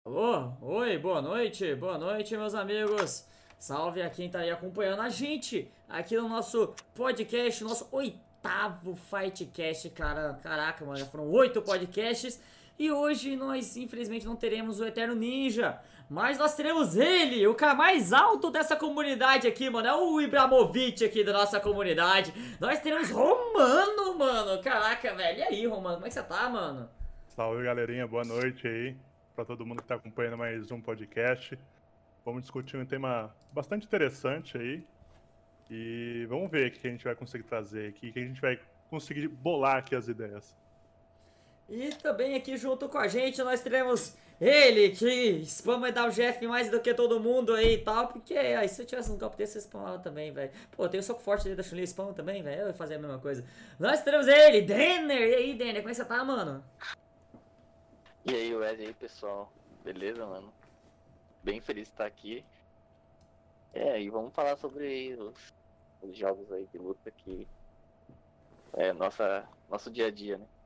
Alô? Oi, boa noite, meus amigos. Salve a quem tá aí acompanhando a gente aqui no nosso podcast, nosso oitavo Fightcast, cara. Caraca, mano, já foram 8 podcasts e hoje nós infelizmente não teremos o Eterno Ninja, mas nós teremos ele, o cara mais alto dessa comunidade aqui, mano. É o Ibramovic aqui da nossa comunidade. Nós teremos Romano, mano. Caraca, velho. E aí, Romano, como é que você tá, mano? Salve, galerinha, boa noite aí para todo mundo que está acompanhando mais um podcast. Vamos discutir um tema bastante interessante aí e vamos ver o que a gente vai conseguir trazer aqui, que a gente vai conseguir bolar aqui as ideias. E também aqui junto com a gente nós teremos ele, que spama dar o Jeff mais do que todo mundo aí e tal, porque aí se eu tivesse um copo desse, eu spamava também, velho. Pô, tem o soco forte ali da Chun-Li, spam também, velho, eu ia fazer a mesma coisa. Nós teremos ele, Denner! E aí, Denner, como é que você tá, mano? E aí, Wesley, aí, pessoal? Beleza, mano? Bem feliz de estar aqui. E vamos falar sobre os jogos aí de luta que é nosso dia a dia, né?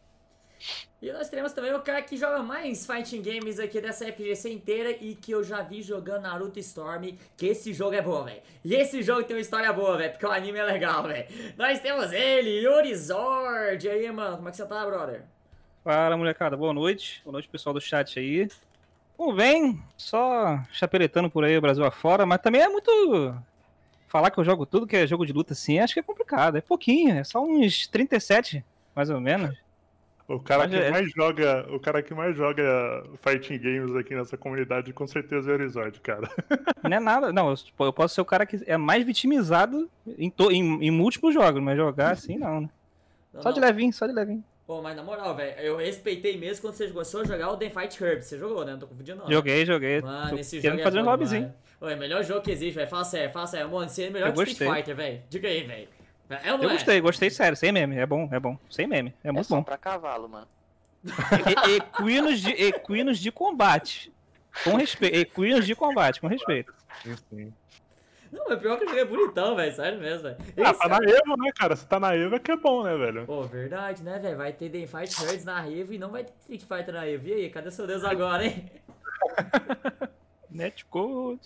E nós teremos também o cara que joga mais fighting games aqui dessa FGC inteira e que eu já vi jogando Naruto Storm, que esse jogo é bom, velho. E esse jogo tem uma história boa, velho, porque o anime é legal, velho. Nós temos ele, Yuri Zord. E aí, mano, como é que você tá, brother? Fala, molecada. Boa noite. Boa noite, pessoal do chat aí. Como vem, só chapeletando por aí o Brasil afora, mas também é muito... Falar que eu jogo tudo que é jogo de luta assim, acho que é complicado. É pouquinho, é só uns 37, mais ou menos. O cara Mas que mais joga, fighting games aqui nessa comunidade com certeza é o Horizon, cara. não é nada. Não, eu posso ser o cara que é mais vitimizado em múltiplos jogos, mas jogar assim não, né? Não, Só de não. levinho, só de levinho. Pô, mas na moral, velho, eu respeitei mesmo quando você começou a jogar o The Fight Herbs. Você jogou, né? Não tô confundindo, não. Joguei. Mano, Tô esse jogo querendo é fazer um bom hobbyzinho. demais. Pô, é o melhor jogo que existe, velho. Fala sério. Mano, esse é melhor Eu que Street gostei. Fighter, velho. Diga aí, velho. É ou não Eu é? gostei sério, sem meme. É bom. Sem meme. É É muito só bom. pra cavalo, mano. Equinos de combate. Com respeito. Equinos de combate, com respeito. Sim, sim. Não, mas pior que o jogo é bonitão, velho. Sério mesmo, velho. Tá na Evo, né, cara? Se tá na Evo é que é bom, né, velho? Pô, verdade, né, velho? Vai ter The Fight Herbs na Evo e não vai ter Street Fighter na Evo. E aí, cadê seu Deus agora, hein? Netcode.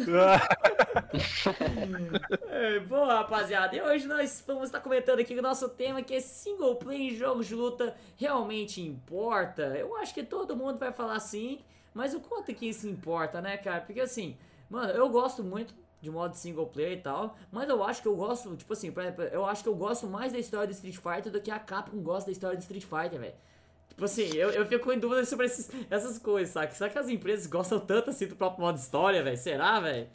Bom, rapaziada, e hoje nós vamos estar comentando aqui o nosso tema que é single player em jogos de luta realmente importa? Eu acho que todo mundo vai falar sim, mas o quanto que isso importa, né, cara? Porque assim, mano, eu gosto muito de modo single player e tal, mas eu acho que eu gosto, tipo assim, por exemplo, eu acho que eu gosto mais da história do Street Fighter do que a Capcom gosta da história do Street Fighter, velho. Tipo assim, eu fico em dúvida sobre essas coisas, sabe? Será que as empresas gostam tanto assim do próprio modo história, velho? Será, velho?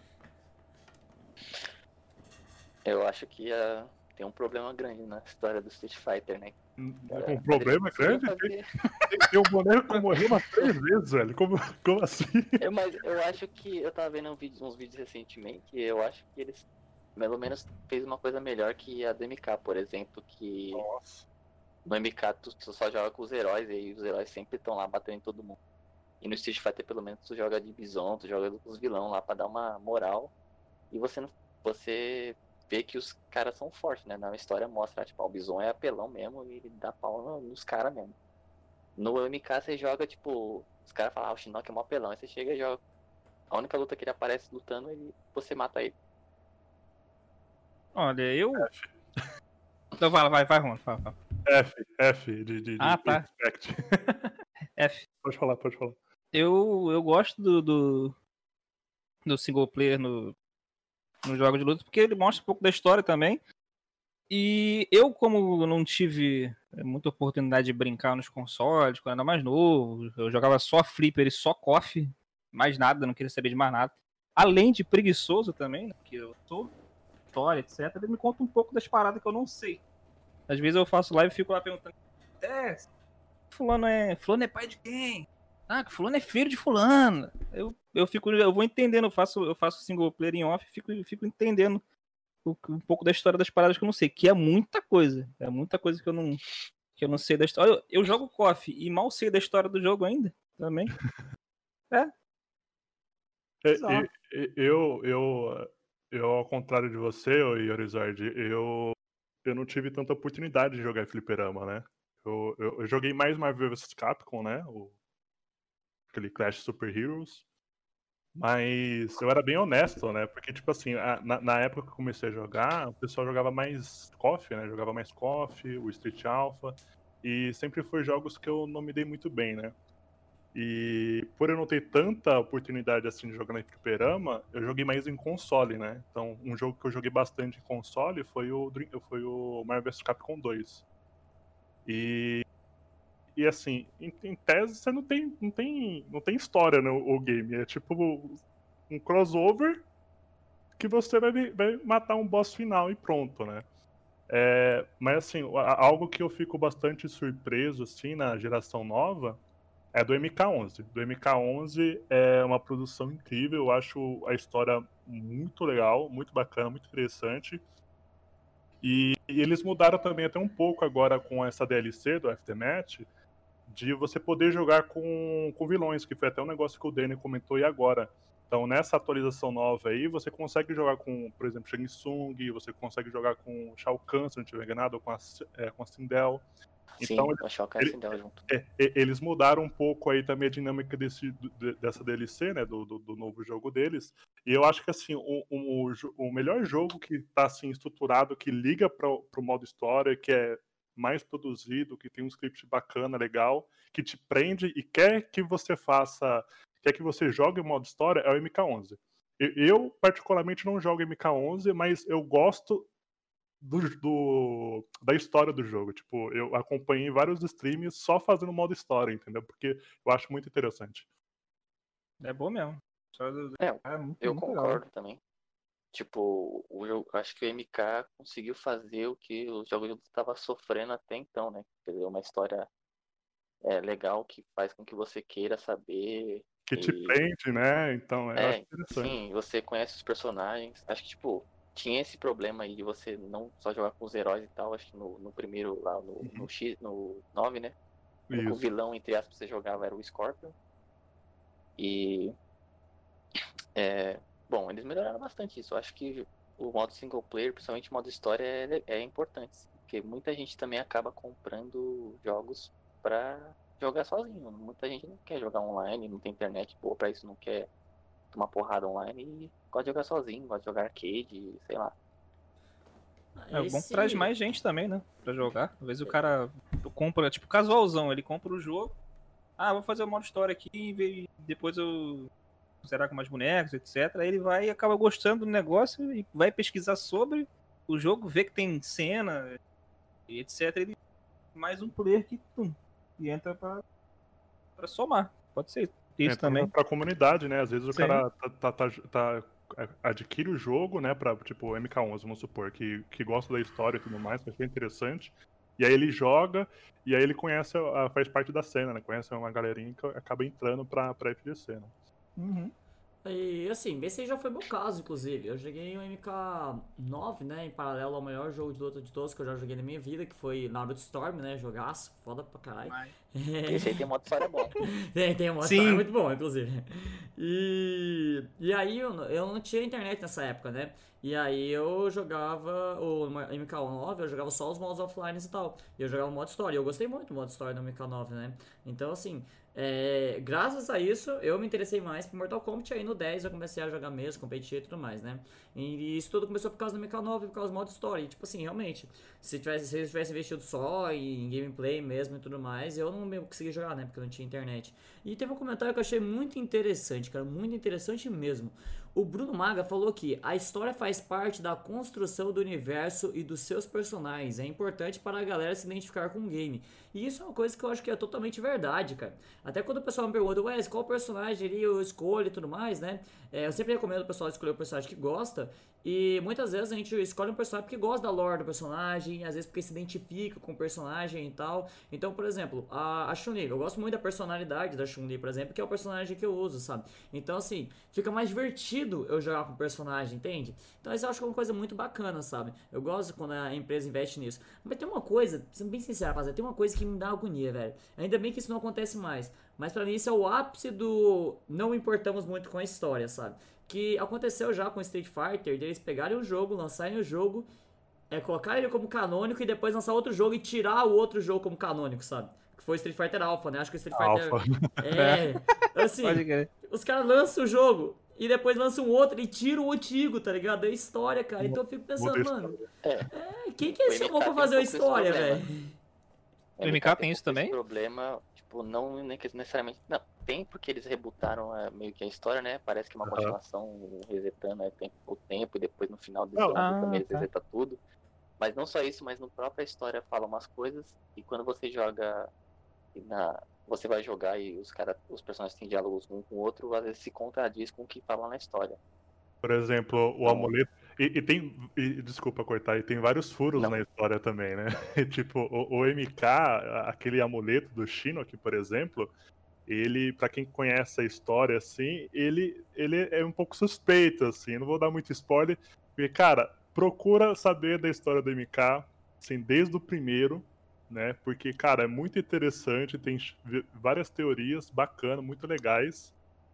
Eu acho que tem um problema grande na história do Street Fighter, né? Um problema Poderia grande? fazer- Tem um boneco que morreu umas 3 vezes, velho. Como assim? Mas eu acho que eu tava vendo uns vídeos recentemente e eu acho que eles pelo menos fez uma coisa melhor que a do MK, por exemplo, que Nossa. no MK tu só joga com os heróis e aí os heróis sempre estão lá batendo em todo mundo. E no Street Fighter pelo menos tu joga de Bison, tu joga com os vilão lá pra dar uma moral. E você vê que os caras são fortes, né? Na história mostra, tipo, o Bison é apelão mesmo e ele dá pau nos caras mesmo. No MK você joga, tipo, os caras falam, o Shinnok é mó apelão. Aí você chega e joga. A única luta que ele aparece lutando, você mata ele. Olha, eu. Então vai, Ron. Fala. F de Ah, tá. respect. F. Pode falar. Eu gosto do single player no jogo de luta, porque ele mostra um pouco da história também. E eu, como não tive muita oportunidade de brincar nos consoles, quando era mais novo, eu jogava só Flipper e só KOF, mais nada, não queria saber de mais nada. Além de preguiçoso também, né, que eu sou, história, etc. Ele me conta um pouco das paradas que eu não sei. Às vezes eu faço live e fico lá perguntando: fulano é pai de quem? Ah, que fulano é filho de fulano. Eu vou entendendo, eu faço single player em off e fico entendendo um pouco da história das paradas que eu não sei, que é muita coisa. É muita coisa que eu não sei da história. Eu jogo KOF e mal sei da história do jogo ainda, também. É. E- eu, ao contrário de você, Yorizard, eu não tive tanta oportunidade de jogar em fliperama, né? Eu joguei mais Marvel vs Capcom, né? aquele Clash Super Heroes. Mas eu era bem honesto, né? Porque, tipo assim, na época que eu comecei a jogar, o pessoal jogava mais KOF, né? Jogava mais KOF, o Street Alpha. E sempre foi jogos que eu não me dei muito bem, né? E por eu não ter tanta oportunidade assim de jogar no fliperama, eu joguei mais em console, né? Então, um jogo que eu joguei bastante em console foi o Marvel vs Capcom 2. E assim, em tese você não tem história no game. É tipo um crossover que você vai matar um boss final e pronto, né? Mas assim, algo que eu fico bastante surpreso assim na geração nova é do MK11. Do MK11 é uma produção incrível, eu acho a história muito legal, muito bacana, muito interessante. E eles mudaram também até um pouco agora com essa DLC do Aftermath, de você poder jogar com vilões, que foi até um negócio que o Danny comentou aí agora. Então, nessa atualização nova aí, você consegue jogar com, por exemplo, Shang Tsung, você consegue jogar com Shao Kahn, se não estiver enganado, ou com a Sindel. Então, Sim, o Shao Kahn e Sindel junto. eles mudaram um pouco aí também a dinâmica dessa DLC, né, do novo jogo deles. E eu acho que, assim, o melhor jogo que tá, assim, estruturado, que liga pro modo história, que é mais produzido, que tem um script bacana, legal, que te prende e quer que você jogue o modo história, é o MK11. Eu particularmente, não jogo MK11, mas eu gosto da história do jogo. Tipo, eu acompanhei vários streams só fazendo modo história, entendeu? Porque eu acho muito interessante. É bom mesmo. Muito, Eu muito concordo legal. também. Tipo, acho que o MK conseguiu fazer o que os jogos estavam sofrendo até então, né? Quer dizer, uma história legal que faz com que você queira saber. Que te E prende, né? Então, eu acho interessante. sim, você conhece os personagens. Acho que, tipo, tinha esse problema aí de você não só jogar com os heróis e tal. Acho que no primeiro lá, no 9, né? O único Isso. vilão, entre aspas, que você jogava era o Scorpion. E bom, eles melhoraram bastante isso. Eu acho que o modo single player, principalmente o modo história, é importante. Porque muita gente também acaba comprando jogos pra jogar sozinho. Muita gente não quer jogar online, não tem internet boa pra isso, não quer tomar porrada online e gosta de jogar sozinho, gosta de jogar arcade, sei lá. É bom que traz mais gente também, né? Pra jogar. Às vezes o cara compra, tipo, casualzão, ele compra o jogo. Ah, vou fazer o modo história aqui e depois eu zerar com mais bonecos, etc. Aí ele vai e acaba gostando do negócio e vai pesquisar sobre o jogo, vê que tem cena e etc. Ele mais um player e entra pra somar. Pode ser isso também. Pra comunidade, né? Às vezes o Sim. cara adquire o jogo, né? Pra, tipo, MK11, vamos supor, que gosta da história e tudo mais, que achei interessante. E aí ele joga, e aí ele faz parte da cena, né? Conhece uma galerinha que acaba entrando pra FGC, né? Uhum. E assim, esse aí já foi meu caso, inclusive. Eu joguei o MK9, né? Em paralelo ao maior jogo de luta de todos que eu já joguei na minha vida, que foi Naruto Storm, né? Jogaço, foda pra caralho. Esse aí tem modo história bom. Tem uma história muito bom, inclusive. E aí eu não tinha internet nessa época, né? E aí eu jogava o MK9, eu jogava só os modos offline e tal. E eu jogava o modo história. Eu gostei muito do modo história do MK9, né? Então, assim, graças a isso, eu me interessei mais por Mortal Kombat. Aí no 10 eu comecei a jogar mesmo, competitivo e tudo mais, né? E isso tudo começou por causa do MK9, por causa do modo história. E, tipo assim, realmente, se eu tivesse investido só em gameplay mesmo e tudo mais, eu não consegui jogar, né? Porque eu não tinha internet. E teve um comentário que eu achei muito interessante, cara, muito interessante mesmo. O Bruno Maga falou que a história faz parte da construção do universo e dos seus personagens. É importante para a galera se identificar com o game. E isso é uma coisa que eu acho que é totalmente verdade, cara. Até quando o pessoal me pergunta, ué, qual personagem eu escolho e tudo mais, né? Eu sempre recomendo o pessoal escolher o personagem que gosta. E muitas vezes a gente escolhe um personagem porque gosta da lore do personagem, às vezes porque se identifica com o personagem e tal. Então, por exemplo, a Chun-Li, eu gosto muito da personalidade da Chun-Li, por exemplo, que é o personagem que eu uso, sabe? Então, assim, fica mais divertido eu jogar com o personagem, entende? Então, isso eu acho que é uma coisa muito bacana, sabe? Eu gosto quando a empresa investe nisso. Mas tem uma coisa, sendo bem sincero, rapaziada, tem uma coisa que me dá agonia, velho. Ainda bem que isso não acontece mais. Mas pra mim isso é o ápice do não importamos muito com a história, sabe? Que aconteceu já com Street Fighter, deles pegarem o jogo, lançarem o jogo, colocar ele como canônico e depois lançar outro jogo e tirar o outro jogo como canônico, sabe? que foi Street Fighter Alpha, né? Acho que o Street Fighter... Alpha. Assim, Pode crer. os caras lançam o jogo e depois lançam um outro e tiram o antigo, tá ligado? É história, cara. Então eu fico pensando, Muda a mano, É, quem que ele O chamou MK pra tem fazer um uma pouco esse história, problema. velho? O MK tem isso um pouco também? esse problema, tipo, não necessariamente... Não, tem porque eles rebutaram meio que a história, né? Parece que é uma Aham. continuação resetando o tempo e depois no final do Não. jogo também eles tá. resetam tudo. Mas não só isso, mas no própria história fala umas coisas e quando você joga você vai jogar e os personagens têm diálogos um com o outro, às vezes se contradiz com o que fala na história. Por exemplo, o Não. amuleto. Desculpa cortar, e tem vários furos Não. na história também, né? Tipo, o MK, aquele amuleto do Shinnok, por exemplo, ele, pra quem conhece a história, assim, ele é um pouco suspeito, assim, não vou dar muito spoiler, porque, cara, procura saber da história do MK, assim, desde o primeiro, né? Porque, cara, é muito interessante, tem várias teorias bacanas, muito legais.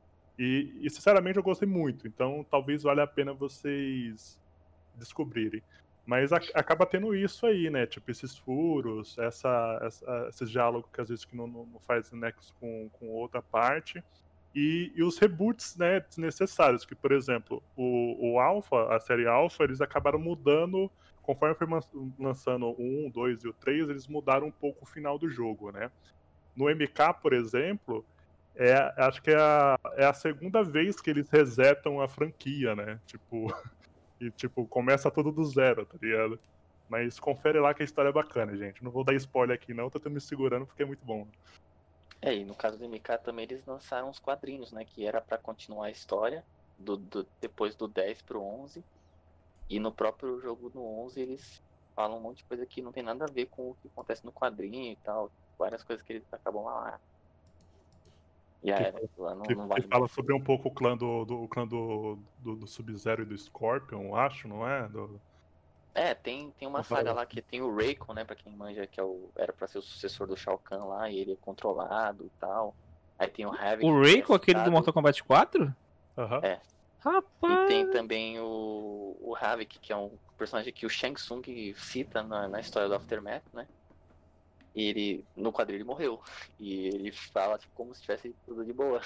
E, sinceramente, eu gostei muito. Então, talvez valha a pena vocês descobrirem. Mas acaba tendo isso aí, né? Tipo, esses furos, esses diálogos que às vezes que não faz nexo com outra parte. E os reboots, né, desnecessários. Que, por exemplo, o Alpha, a série Alpha, eles acabaram mudando. Conforme foi lançando o 1, 2 e o 3, eles mudaram um pouco o final do jogo, né? No MK, por exemplo, acho que é a segunda vez que eles resetam a franquia, né? Tipo, e tipo, começa tudo do zero, tá ligado? Mas confere lá que a história é bacana, gente. Não vou dar spoiler aqui não, tô me segurando porque é muito bom. E no caso do MK também eles lançaram os quadrinhos, né? Que era pra continuar a história depois do 10 pro 11. E no próprio jogo do 11 eles falam um monte de coisa que não tem nada a ver com o que acontece no quadrinho e tal. Várias coisas que eles acabam lá. E lá não vale Que fala mais. sobre um pouco o clã do Sub-Zero e do Scorpion, acho, não é? Tem uma saga lá que tem o Raycon, né? Pra quem manja, que era pra ser o sucessor do Shao Kahn lá, e ele é controlado e tal. Aí tem o Havoc. O Rayco, aquele do Mortal Kombat 4? Aham. É. Rapaz. E tem também o Havoc, que é um personagem que o Shang Tsung cita na história do Aftermath, né? E ele, no quadrinho, ele morreu. E ele fala tipo, como se tivesse tudo de boa.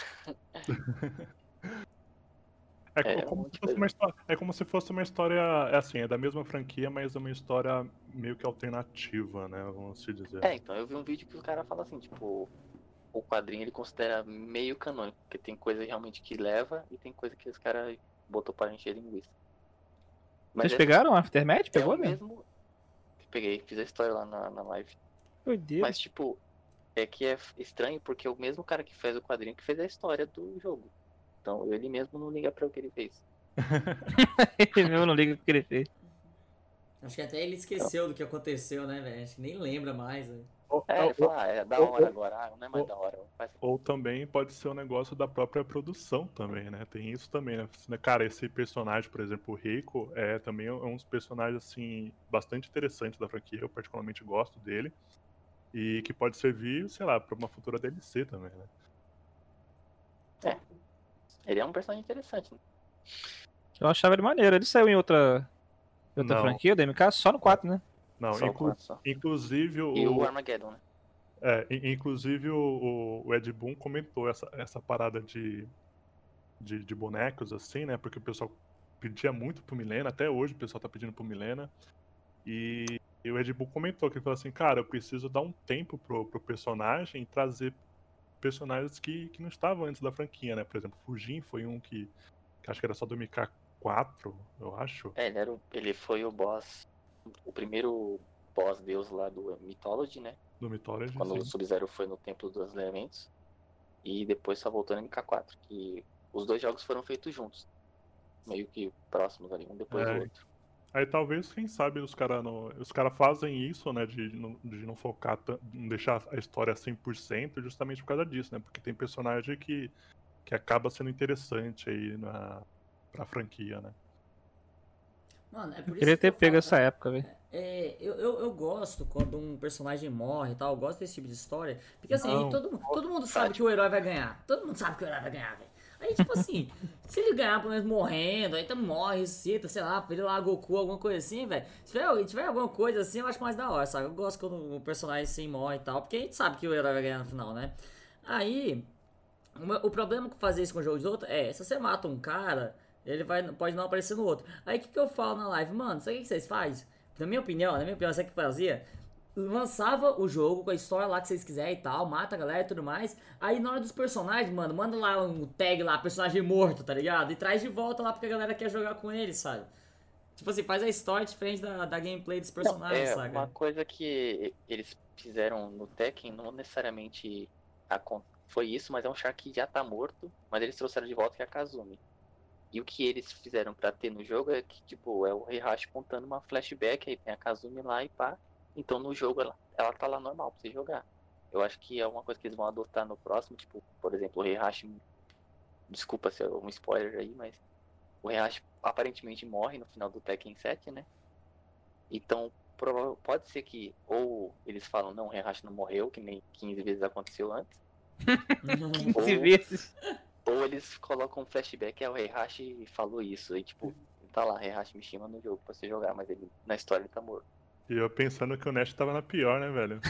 É como se fosse uma história, assim, é da mesma franquia, mas é uma história meio que alternativa, né? Vamos se dizer. Então, eu vi um vídeo que o cara fala assim, tipo, o quadrinho ele considera meio canônico, porque tem coisa realmente que leva e tem coisa que os caras botou pra encher linguiça. Vocês pegaram o Aftermath? Pegou, o né? mesmo. Peguei, fiz a história lá na live. Doideira. Mas, tipo, é que é estranho porque é o mesmo cara que fez o quadrinho que fez a história do jogo. Então, ele mesmo não liga pra o que ele fez. Ele mesmo não liga pro que ele fez. Acho que até ele esqueceu do que aconteceu, né, velho? Acho que nem lembra mais, velho. Ele fala, é da hora agora, não é mais da hora. Ou também pode ser um negócio da própria produção também, né? Tem isso também, né? Cara, esse personagem, por exemplo, o Rico, também é um dos personagens, assim, bastante interessantes da franquia. Eu particularmente gosto dele. E que pode servir, sei lá, pra uma futura DLC também, né? Ele é um personagem interessante, né? Eu achava ele maneiro. Ele saiu em outra Não. franquia da MK? Só no 4, né? Não, Só o 4 só. inclusive E o Armageddon, né? Inclusive o Ed Boon comentou essa parada de bonecos, assim, né? Porque o pessoal pedia muito pro Milena, até hoje o pessoal tá pedindo pro Milena. E o Ed Boon comentou que ele falou assim, cara, eu preciso dar um tempo pro personagem e trazer personagens que não estavam antes da franquia, né? Por exemplo, Fujin foi um que acho que era só do MK4, eu acho. Ele foi o boss, o primeiro boss deus lá do Mythology, né? Do Mythology, quando sim. o Sub-Zero foi no Templo dos Elementos. E depois só voltou no MK4. Que os dois jogos foram feitos juntos. Meio que próximos ali, um depois do outro. Aí talvez, quem sabe, os caras fazem isso, né, de não focar, não deixar a história 100% justamente por causa disso, né? Porque tem personagem que acaba sendo interessante aí pra franquia, né? Mano, é por isso Queria que ter eu pego falo, essa cara. época, velho. Eu gosto quando um personagem morre e tal, eu gosto desse tipo de história. Porque assim, Não, todo mundo sabe que o herói vai ganhar. Todo mundo sabe que o herói vai ganhar, velho. Aí, tipo assim, se ele ganhar, pelo menos morrendo, aí morre, ressuscita, sei lá, ele lá, Goku, alguma coisa assim, velho. Se tiver alguma coisa assim, eu acho mais da hora, sabe? Eu gosto quando o personagem assim morre e tal, porque a gente sabe que o herói vai ganhar no final, né? Aí, o problema com fazer isso com o jogo de luta é, se você mata um cara, ele pode não aparecer no outro. Aí o que eu falo na live? Mano, sabe o que vocês fazem? Na minha opinião, sabe o que fazia? Lançava o jogo com a história lá que vocês quiserem e tal, mata a galera e tudo mais. Aí na hora dos personagens, mano, manda lá um tag lá, personagem morto, tá ligado? E traz de volta lá porque a galera quer jogar com ele, sabe? Tipo assim, faz a história diferente da gameplay dos personagens, saca? Uma coisa que eles fizeram no Tekken não necessariamente foi isso, mas é um char que já tá morto, mas eles trouxeram de volta que é a Kazumi. E o que eles fizeram pra ter no jogo é que, tipo, é o Heihachi contando uma flashback, aí tem a Kazumi lá e pá. Então no jogo ela tá lá normal pra você jogar. Eu acho que é uma coisa que eles vão adotar no próximo, tipo, por exemplo, o Heihachi, desculpa se é um spoiler aí, mas o Heihachi aparentemente morre no final do Tekken 7, né? Então pode ser que ou eles falam, não, o Heihachi não morreu, que nem 15 vezes aconteceu antes. 15 vezes. Ou eles colocam um flashback, o Heihachi falou isso, aí tipo, tá lá, Heihachi Mishima no jogo pra você jogar, mas ele na história ele tá morto. E eu pensando que o Nash tava na pior, né, velho?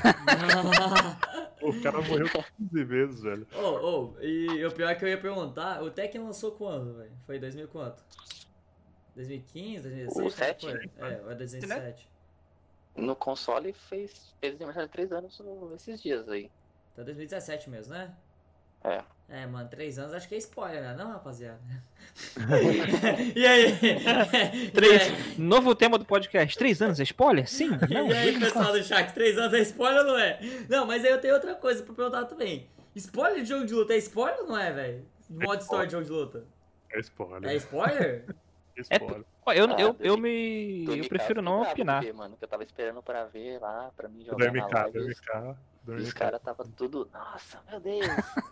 O cara morreu 15 vezes, velho. E o pior é que eu ia perguntar, o Tekken lançou quando, velho? Foi 2000 quanto? 2015, 2016? O 7? Foi? É, ou é 2007? No console fez aniversário de 3 anos esses dias aí. Então 2017 mesmo, né? É. É, mano, 3 anos acho que é spoiler, né? Não, rapaziada. E aí? Novo tema do podcast. 3 anos é spoiler? Sim? Não? E aí, pessoal do chat, 3 anos é spoiler ou não é? Não, mas aí eu tenho outra coisa pra perguntar também. Spoiler de jogo de luta é spoiler ou não é, velho? Modo história de jogo de luta. É spoiler. É spoiler? É spoiler. Eu prefiro não opinar. Porque, mano, que eu tava esperando pra ver lá, pra mim Do jogar na MK, live. do MK. E os caras tava tudo, nossa, meu Deus.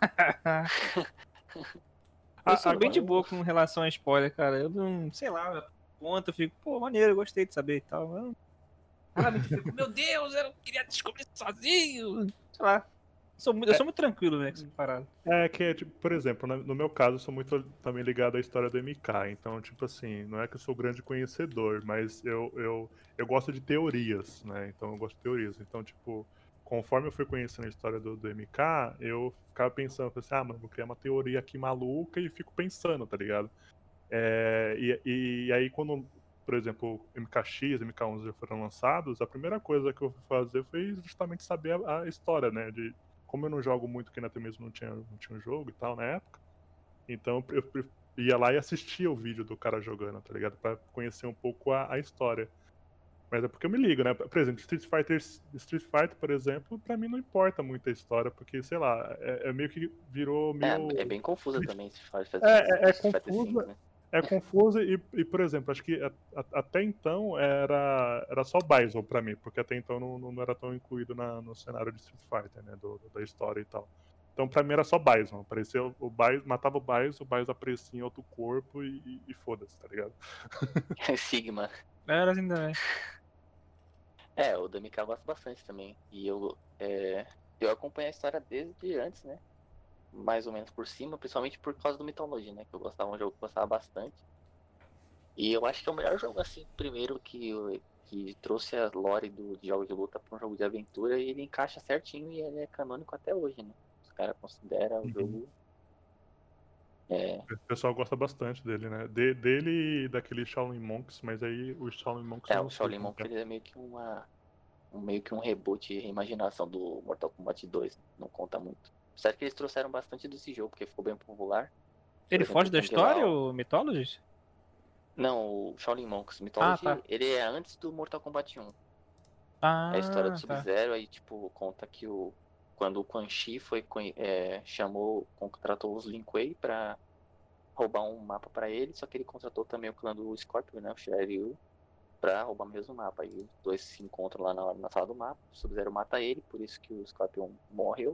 Eu sou bem de boa com relação a spoiler, cara. Eu não, sei lá, eu fico, pô, maneiro, eu gostei de saber e tal. Eu fico, meu Deus, eu queria descobrir sozinho. Sei lá. Eu sou muito tranquilo, velho, com essa parada. É que, tipo, por exemplo, no meu caso, eu sou muito também ligado à história do MK. Então, tipo assim, não é que eu sou grande conhecedor, mas eu gosto de teorias, né? Então, eu gosto de teorias. Então, tipo, conforme eu fui conhecendo a história do MK, eu ficava pensando, assim, mano, vou criar uma teoria aqui maluca e fico pensando, tá ligado? E aí, quando, por exemplo, MKX, MK11 já foram lançados, a primeira coisa que eu fui fazer foi justamente saber a história, né? Como eu não jogo muito, que até mesmo não tinha um jogo e tal na época, então eu ia lá e assistia o vídeo do cara jogando, tá ligado? Pra conhecer um pouco a história. Mas é porque eu me ligo, né? Por exemplo, Street Fighter, por exemplo, pra mim não importa muito a história, porque, sei lá, é meio que virou meio... É bem confusa também, se faz confusa. né? É confuso e, por exemplo, acho que até então era só Bison pra mim, porque até então não era tão incluído no cenário de Street Fighter, né, da história e tal. Então pra mim era só Bison, aparecia o Bison, matava o Bison aparecia em outro corpo e foda-se, tá ligado? Sigma. Era assim também. O do MK eu gosto bastante também. E eu acompanho a história desde antes, né? Mais ou menos por cima, principalmente por causa do Mythology, né? Que eu gostava, um jogo que eu gostava bastante. E eu acho que é o melhor jogo, assim, primeiro que trouxe a lore de jogos de luta para um jogo de aventura e ele encaixa certinho e ele é canônico até hoje, né? Os caras consideram o jogo. O pessoal gosta bastante dele, né? Dele e daquele Shaolin Monks, mas aí o Shaolin Monks... o Shaolin Monks ele é meio que um reboot e reimaginação do Mortal Kombat 2, não conta muito. Apesar que eles trouxeram bastante desse jogo, porque ficou bem popular. Ele foge da história, o Mythology? Não, o Shaolin Monks. Mythology, tá. ele é antes do Mortal Kombat 1. É a história do Sub-Zero, aí tipo, conta que quando o Quan Chi contratou os Lin Kuei pra roubar um mapa pra ele, só que ele contratou também o clã do Scorpion, né, o Shiryu, pra roubar o mesmo mapa. Aí os dois se encontram lá na sala do mapa, o Sub-Zero mata ele, por isso que o Scorpion morreu.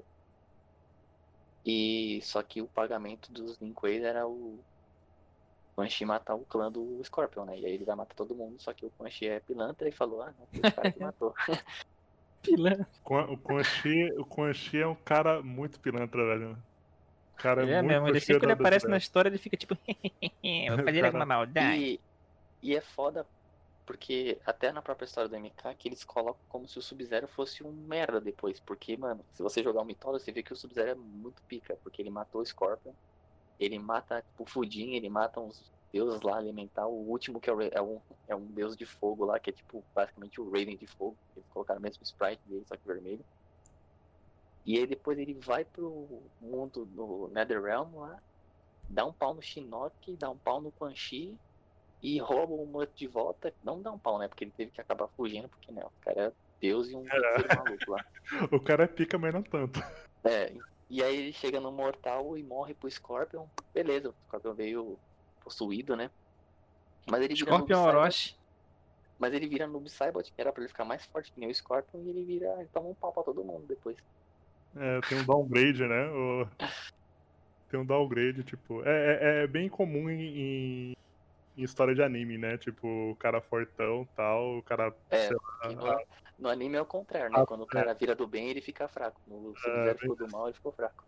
E só que o pagamento dos Lin Kuei era o Quan Chi matar o clã do Scorpion, né? E aí ele vai matar todo mundo, só que o Quan Chi é pilantra e falou, não, foi o cara que matou. Pilantra. O Quan Chi é um cara muito pilantra, velho. cara Ele é é muito mesmo, ele cheio sempre ele das aparece na ideias. história, ele fica tipo, vou fazer Cara, alguma maldade. E é foda porque até na própria história do MK que eles colocam como se o Sub-Zero fosse um merda depois. Porque, mano, se você jogar o Mythology, você vê que o Sub-Zero é muito pica. Porque ele matou o Scorpion, ele mata tipo, o Fujin, ele mata uns deuses lá elemental. O último que é um deus de fogo lá, que é tipo basicamente o Raiden de fogo. Eles colocaram o mesmo sprite dele, só que vermelho. E aí depois ele vai pro mundo no Netherrealm lá, dá um pau no Shinnok, dá um pau no Quan Chi e rouba o Mutt de volta. Não dá um pau, né? Porque ele teve que acabar fugindo, porque né, o cara é Deus e um feiticeiro maluco lá. o cara é pica, mas não tanto. É, e aí ele chega no Mortal e morre pro Scorpion. Beleza, o Scorpion veio possuído, né? Mas ele vira Noob Scorpion Saibot. Orochi. Mas ele vira Noob Saibot, que era pra ele ficar mais forte que nem o Scorpion, e ele toma um pau pra todo mundo depois. É, tem um downgrade, né? Tem um downgrade, tipo. É bem comum em história de anime, né? Tipo, o cara fortão tal, o cara. É, Sei que lá, no anime é o contrário, né? Quando o é, cara vira do bem, ele fica fraco. No é, Sub-Zero ficou do mal, ele ficou fraco.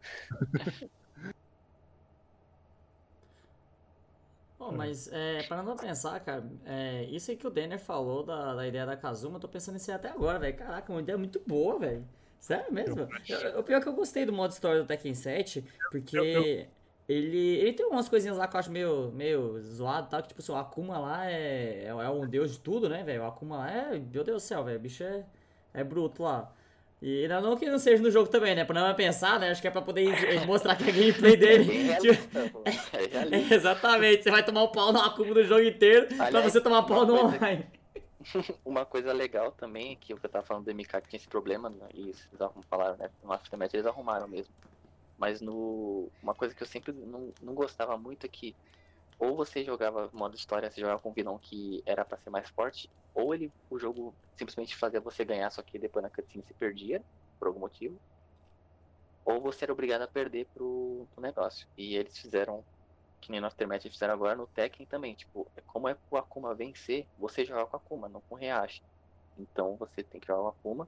Pô, mas parando pra pensar, cara, isso aí que o Denner falou da ideia da Kazuma, eu tô pensando nisso aí até agora, velho. Caraca, uma ideia muito boa, velho. Sério mesmo? O pior é que eu gostei do modo história do Tekken 7, eu- porque ele tem umas coisinhas lá que eu acho meio zoado, tá? Que tipo assim, o Akuma lá é um deus de tudo, né, velho? O Akuma lá meu Deus do céu, velho. O bicho é bruto lá. E ainda não que não seja no jogo também, né? Pra não pensar, né? Acho que é pra poder mostrar que a gameplay É dele. bem tipo, realista, pô. É realista. exatamente, você vai tomar o pau no Akuma do jogo inteiro pra Aliás, você tomar pau uma no coisa, online. uma coisa legal também, que o que eu tava falando do MK que tinha esse problema, né, e vocês falaram, né? No Aftermath eles arrumaram mesmo. Mas uma coisa que eu sempre não gostava muito é que ou você jogava modo história, você jogava com um vilão que era pra ser mais forte, ou o jogo simplesmente fazia você ganhar, só que depois na cutscene você perdia, por algum motivo, ou você era obrigado a perder pro negócio. E eles fizeram, que nem no Aftermath eles fizeram agora no Tekken também, tipo, como é pro Akuma vencer, você joga com o Akuma, não com o Heihachi. Então você tem que jogar o Akuma,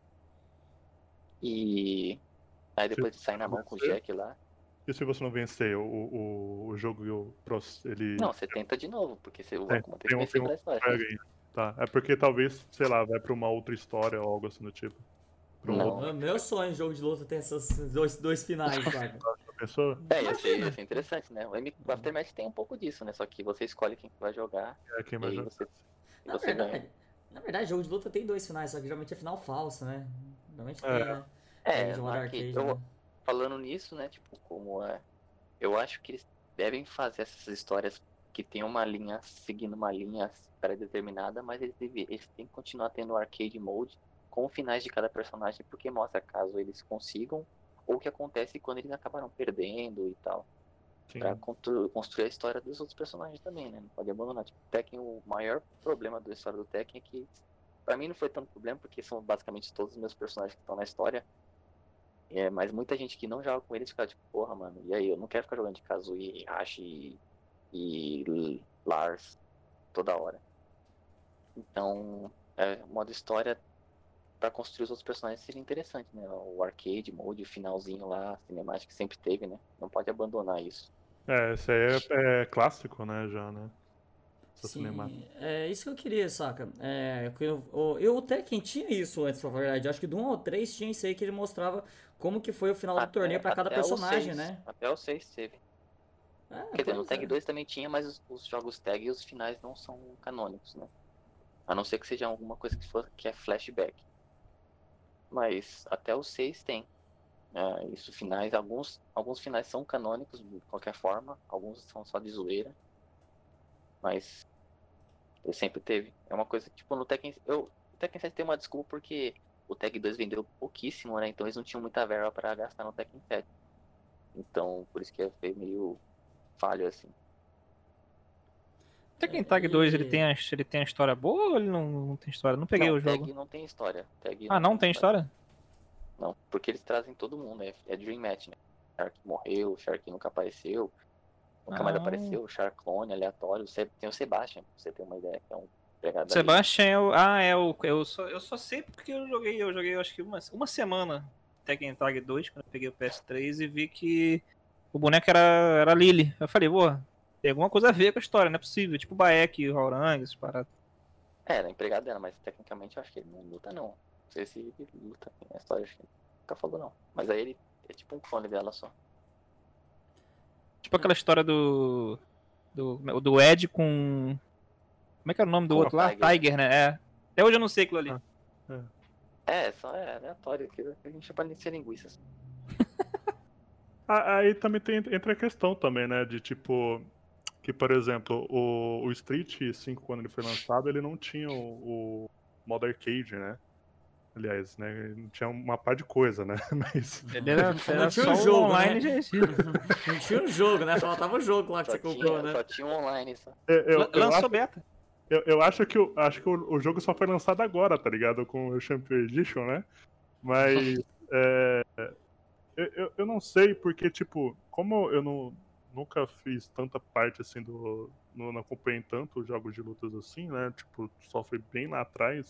e aí se depois de sair na mão com o vencer, Jack lá, e se você não vencer, o jogo ele não, você tenta de novo, porque o tem, Akuma tem que vencer pela história. frag, tá? É porque talvez, sei lá, vai pra uma outra história ou algo assim do tipo. Pra um Não. outro Meu sonho em jogo de luta tem esses dois finais, sabe? pessoa. Ia ser interessante, né? O Aftermath tem um pouco disso, né? Só que você escolhe quem vai jogar É quem e vai aí jogar. e você ganha. Na verdade, jogo de luta tem dois finais, só que geralmente é final falso, né? Normalmente É. tem, né? É, De no modo arcade. arcade, né? Falando nisso, né? Tipo, como é. Eu acho que eles devem fazer essas histórias que tem uma linha, seguindo uma linha pré-determinada, mas eles têm que continuar tendo o arcade mode com finais de cada personagem, porque mostra caso eles consigam ou o que acontece quando eles acabaram perdendo e tal. Sim. Pra construir a história dos outros personagens também, né? Não pode abandonar. Tipo, Tekken, o maior problema da história do Tekken é que, pra mim não foi tanto problema, porque são basicamente todos os meus personagens que estão na história. Mas muita gente que não joga com eles fica tipo, porra, mano, e aí? Eu não quero ficar jogando de Kazooie, Hashi e Lars toda hora. Então, o modo história pra construir os outros personagens seria interessante, né? O arcade mode, o finalzinho lá, cinemático que sempre teve, né? Não pode abandonar isso. Esse aí é clássico, né, já, né? Essa cinemática. Sim, é isso que eu queria, saca? O Tekken tinha isso antes, pra falar a verdade. Acho que do 1 ao 3 tinha isso aí que ele mostrava como que foi o final do torneio pra cada Até o personagem, 6, né? Até o 6 teve. Quer dizer, no Pois Tag é. 2 também tinha, mas os jogos Tag e os finais não são canônicos, né? A não ser que seja alguma coisa que é flashback. Mas até o 6 tem. Isso, finais, alguns finais são canônicos de qualquer forma, alguns são só de zoeira. Mas ele sempre teve. É uma coisa que, tipo, no Tekken. O Tekken 7 tem uma desculpa porque o Tag 2 vendeu pouquíssimo, né? Então eles não tinham muita verba pra gastar no Tekken 7. Então, por isso que foi meio falho, assim. Tekken Tag 2, ele E. tem a história boa ou ele não tem história? Não peguei Não, o jogo. Tag não tem história. Tag Ah, não tem história? Não, porque eles trazem todo mundo, é Dream Match, né? O Shark morreu, o Shark nunca apareceu, nunca mais Ah, apareceu, o Shark clone aleatório, tem o Sebastian, pra você ter uma ideia, que é um empregado da Liga. Sebastian eu só sei porque eu joguei acho que uma semana Tekken Tag 2, quando eu peguei o PS3 e vi que o boneco era Lily. Eu falei, pô, tem alguma coisa a ver com a história, não é possível. Tipo Baek, Hwoarang, essas paradas. Era empregado dela, mas tecnicamente eu acho que ele não luta, não. Não sei se ele luta na história, acho que ele nunca falou, não. Mas aí ele é tipo um clone dela só. Tipo aquela história do Ed com... Como é que era o nome do Com o outro lá? Tiger. Tiger, né? É. Até hoje eu não sei aquilo ali. Só é aleatório, aquilo que a gente chama de ser linguiças. Aí também entra a questão também, né? De tipo. Que, por exemplo, o Street 5, quando ele foi lançado, ele não tinha o modo arcade, né? Aliás, né? Ele não tinha uma par de coisa, né? Mas. Ele era Não tinha só um jogo, online, né? gente. Não tinha um jogo, né? Faltava o jogo lá que você comprou, né? Só tinha um online, só. Eu Lançou acho, beta. eu acho que, o jogo só foi lançado agora, tá ligado? Com o Champion Edition, né? Mas. Eu não sei, porque, tipo, como eu nunca fiz tanta parte assim não acompanhei tanto jogos de lutas assim, né? Tipo, só foi bem lá atrás.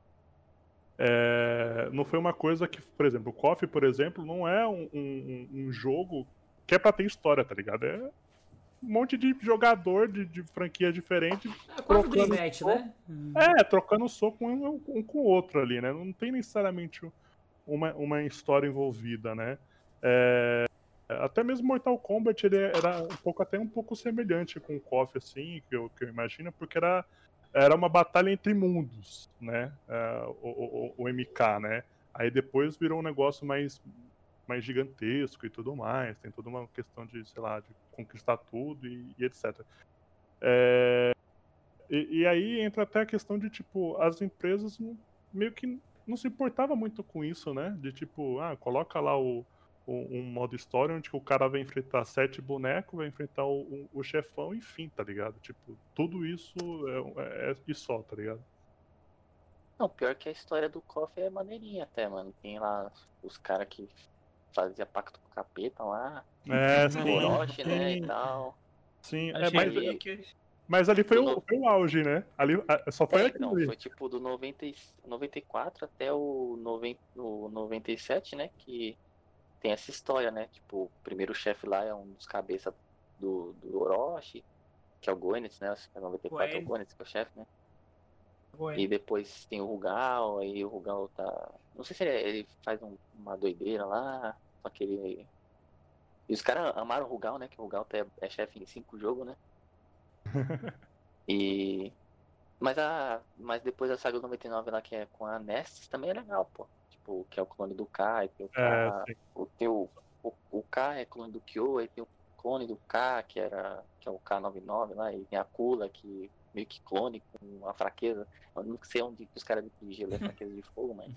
Não foi uma coisa que, por exemplo, o KOF, por exemplo, não é um jogo que é pra ter história, tá ligado? É um monte de jogador de franquia diferente. É quase o Dream trocando Match, soco. né? Trocando soco um com o outro ali, né? Não tem necessariamente uma história envolvida, né? Até mesmo Mortal Kombat ele era até um pouco semelhante com o KOF, assim, que eu imagino, porque era uma batalha entre mundos, né? O MK, né? Aí depois virou um negócio mais gigantesco e tudo mais. Tem toda uma questão de, sei lá, de conquistar tudo e etc. E aí entra até a questão de, tipo, as empresas meio que não se importavam muito com isso, né? De tipo, coloca lá um modo história onde o cara vai enfrentar 7 bonecos, vai enfrentar o chefão, enfim, tá ligado? Tipo, tudo isso e só, tá ligado? Não, pior que a história do KOF é maneirinha até, mano. Tem lá os caras que fazia pacto com o capeta lá, Sim. o Orochi, né, e tal. Sim, Achei que... mas ali foi Do o auge, né? Ali só foi aquilo não, ali. foi tipo do 94 até o 97, né, que tem essa história, né? Tipo, o primeiro chefe lá é um dos cabeças do Orochi, que é o Goenitz, né? Acho que é 94 é o Goenitz que é o chefe, né? E depois tem o Rugal, aí o Rugal tá... Não sei se ele faz uma doideira lá, só que ele... E os caras amaram o Rugal, né? Que o Rugal é chefe em 5 jogos, né? E... Mas depois a saga do 99 lá, que é com a Nessus, também é legal, pô. Tipo, que é o clone do K, aí tem o K... Sim. O K é clone do Kyo, aí tem o clone do K, que é o K99 lá, e tem a Kula, que meio que clone com uma fraqueza. Eu não sei onde que os caras de gelo é fraqueza de fogo, mas...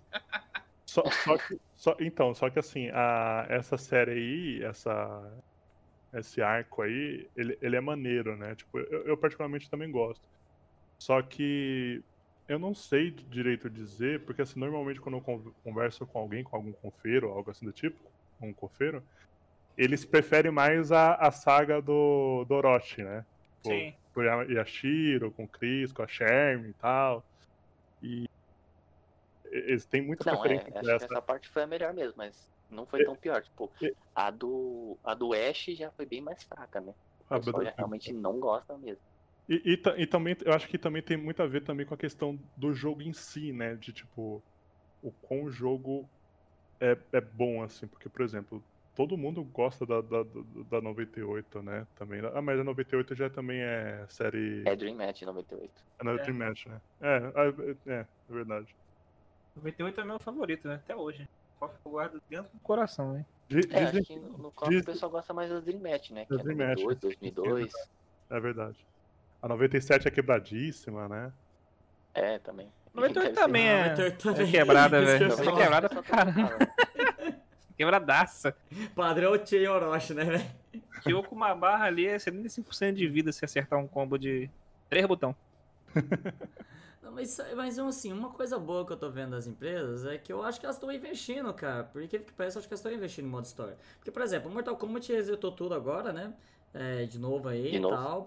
Só que assim, essa série aí, esse arco aí, ele é maneiro, né? Tipo, eu particularmente também gosto. Só que eu não sei direito dizer, porque assim, normalmente quando eu converso com alguém, com algum confeiro, algo assim do tipo, um confeiro, eles preferem mais a saga do Orochi, né? Sim. Por Yashiro, com o Chris, com a Sherm e tal. E eles têm muita Não, preferência acho por que essa. essa parte foi a melhor mesmo, mas não foi tão pior. Tipo, a do Ash já foi bem mais fraca, né? O pessoal já realmente não gosta mesmo. E também, eu acho que também tem muito a ver também com a questão do jogo em si, né? De tipo, o quão o jogo é bom, assim. Porque, por exemplo, todo mundo gosta da 98, né? Também. Mas a 98 já também é série. É Dream Match 98. É na Dream Match, né? É verdade. 98 é meu favorito, né? Até hoje. KOF eu guardo dentro do coração, hein? Acho que no KOF o pessoal gosta mais do Dream Match, né? Que é 98, 2002. É verdade. A 97 é quebradíssima, né? É, também. 98 também é 98 também. quebrada, velho. Isso que eu É ia quebrada pra caramba. Quebradaça. Padrão Chei Orochi, né, velho? Kyo com uma barra ali é 75% de vida se acertar um combo de 3 botão. Não, mas assim, uma coisa boa que eu tô vendo das empresas é que eu acho que elas estão investindo, cara. Por incrível que pareça, eu acho que elas estão investindo em modo história. Porque, por exemplo, o Mortal Kombat resetou tudo agora, né? de novo aí De e novo. tal,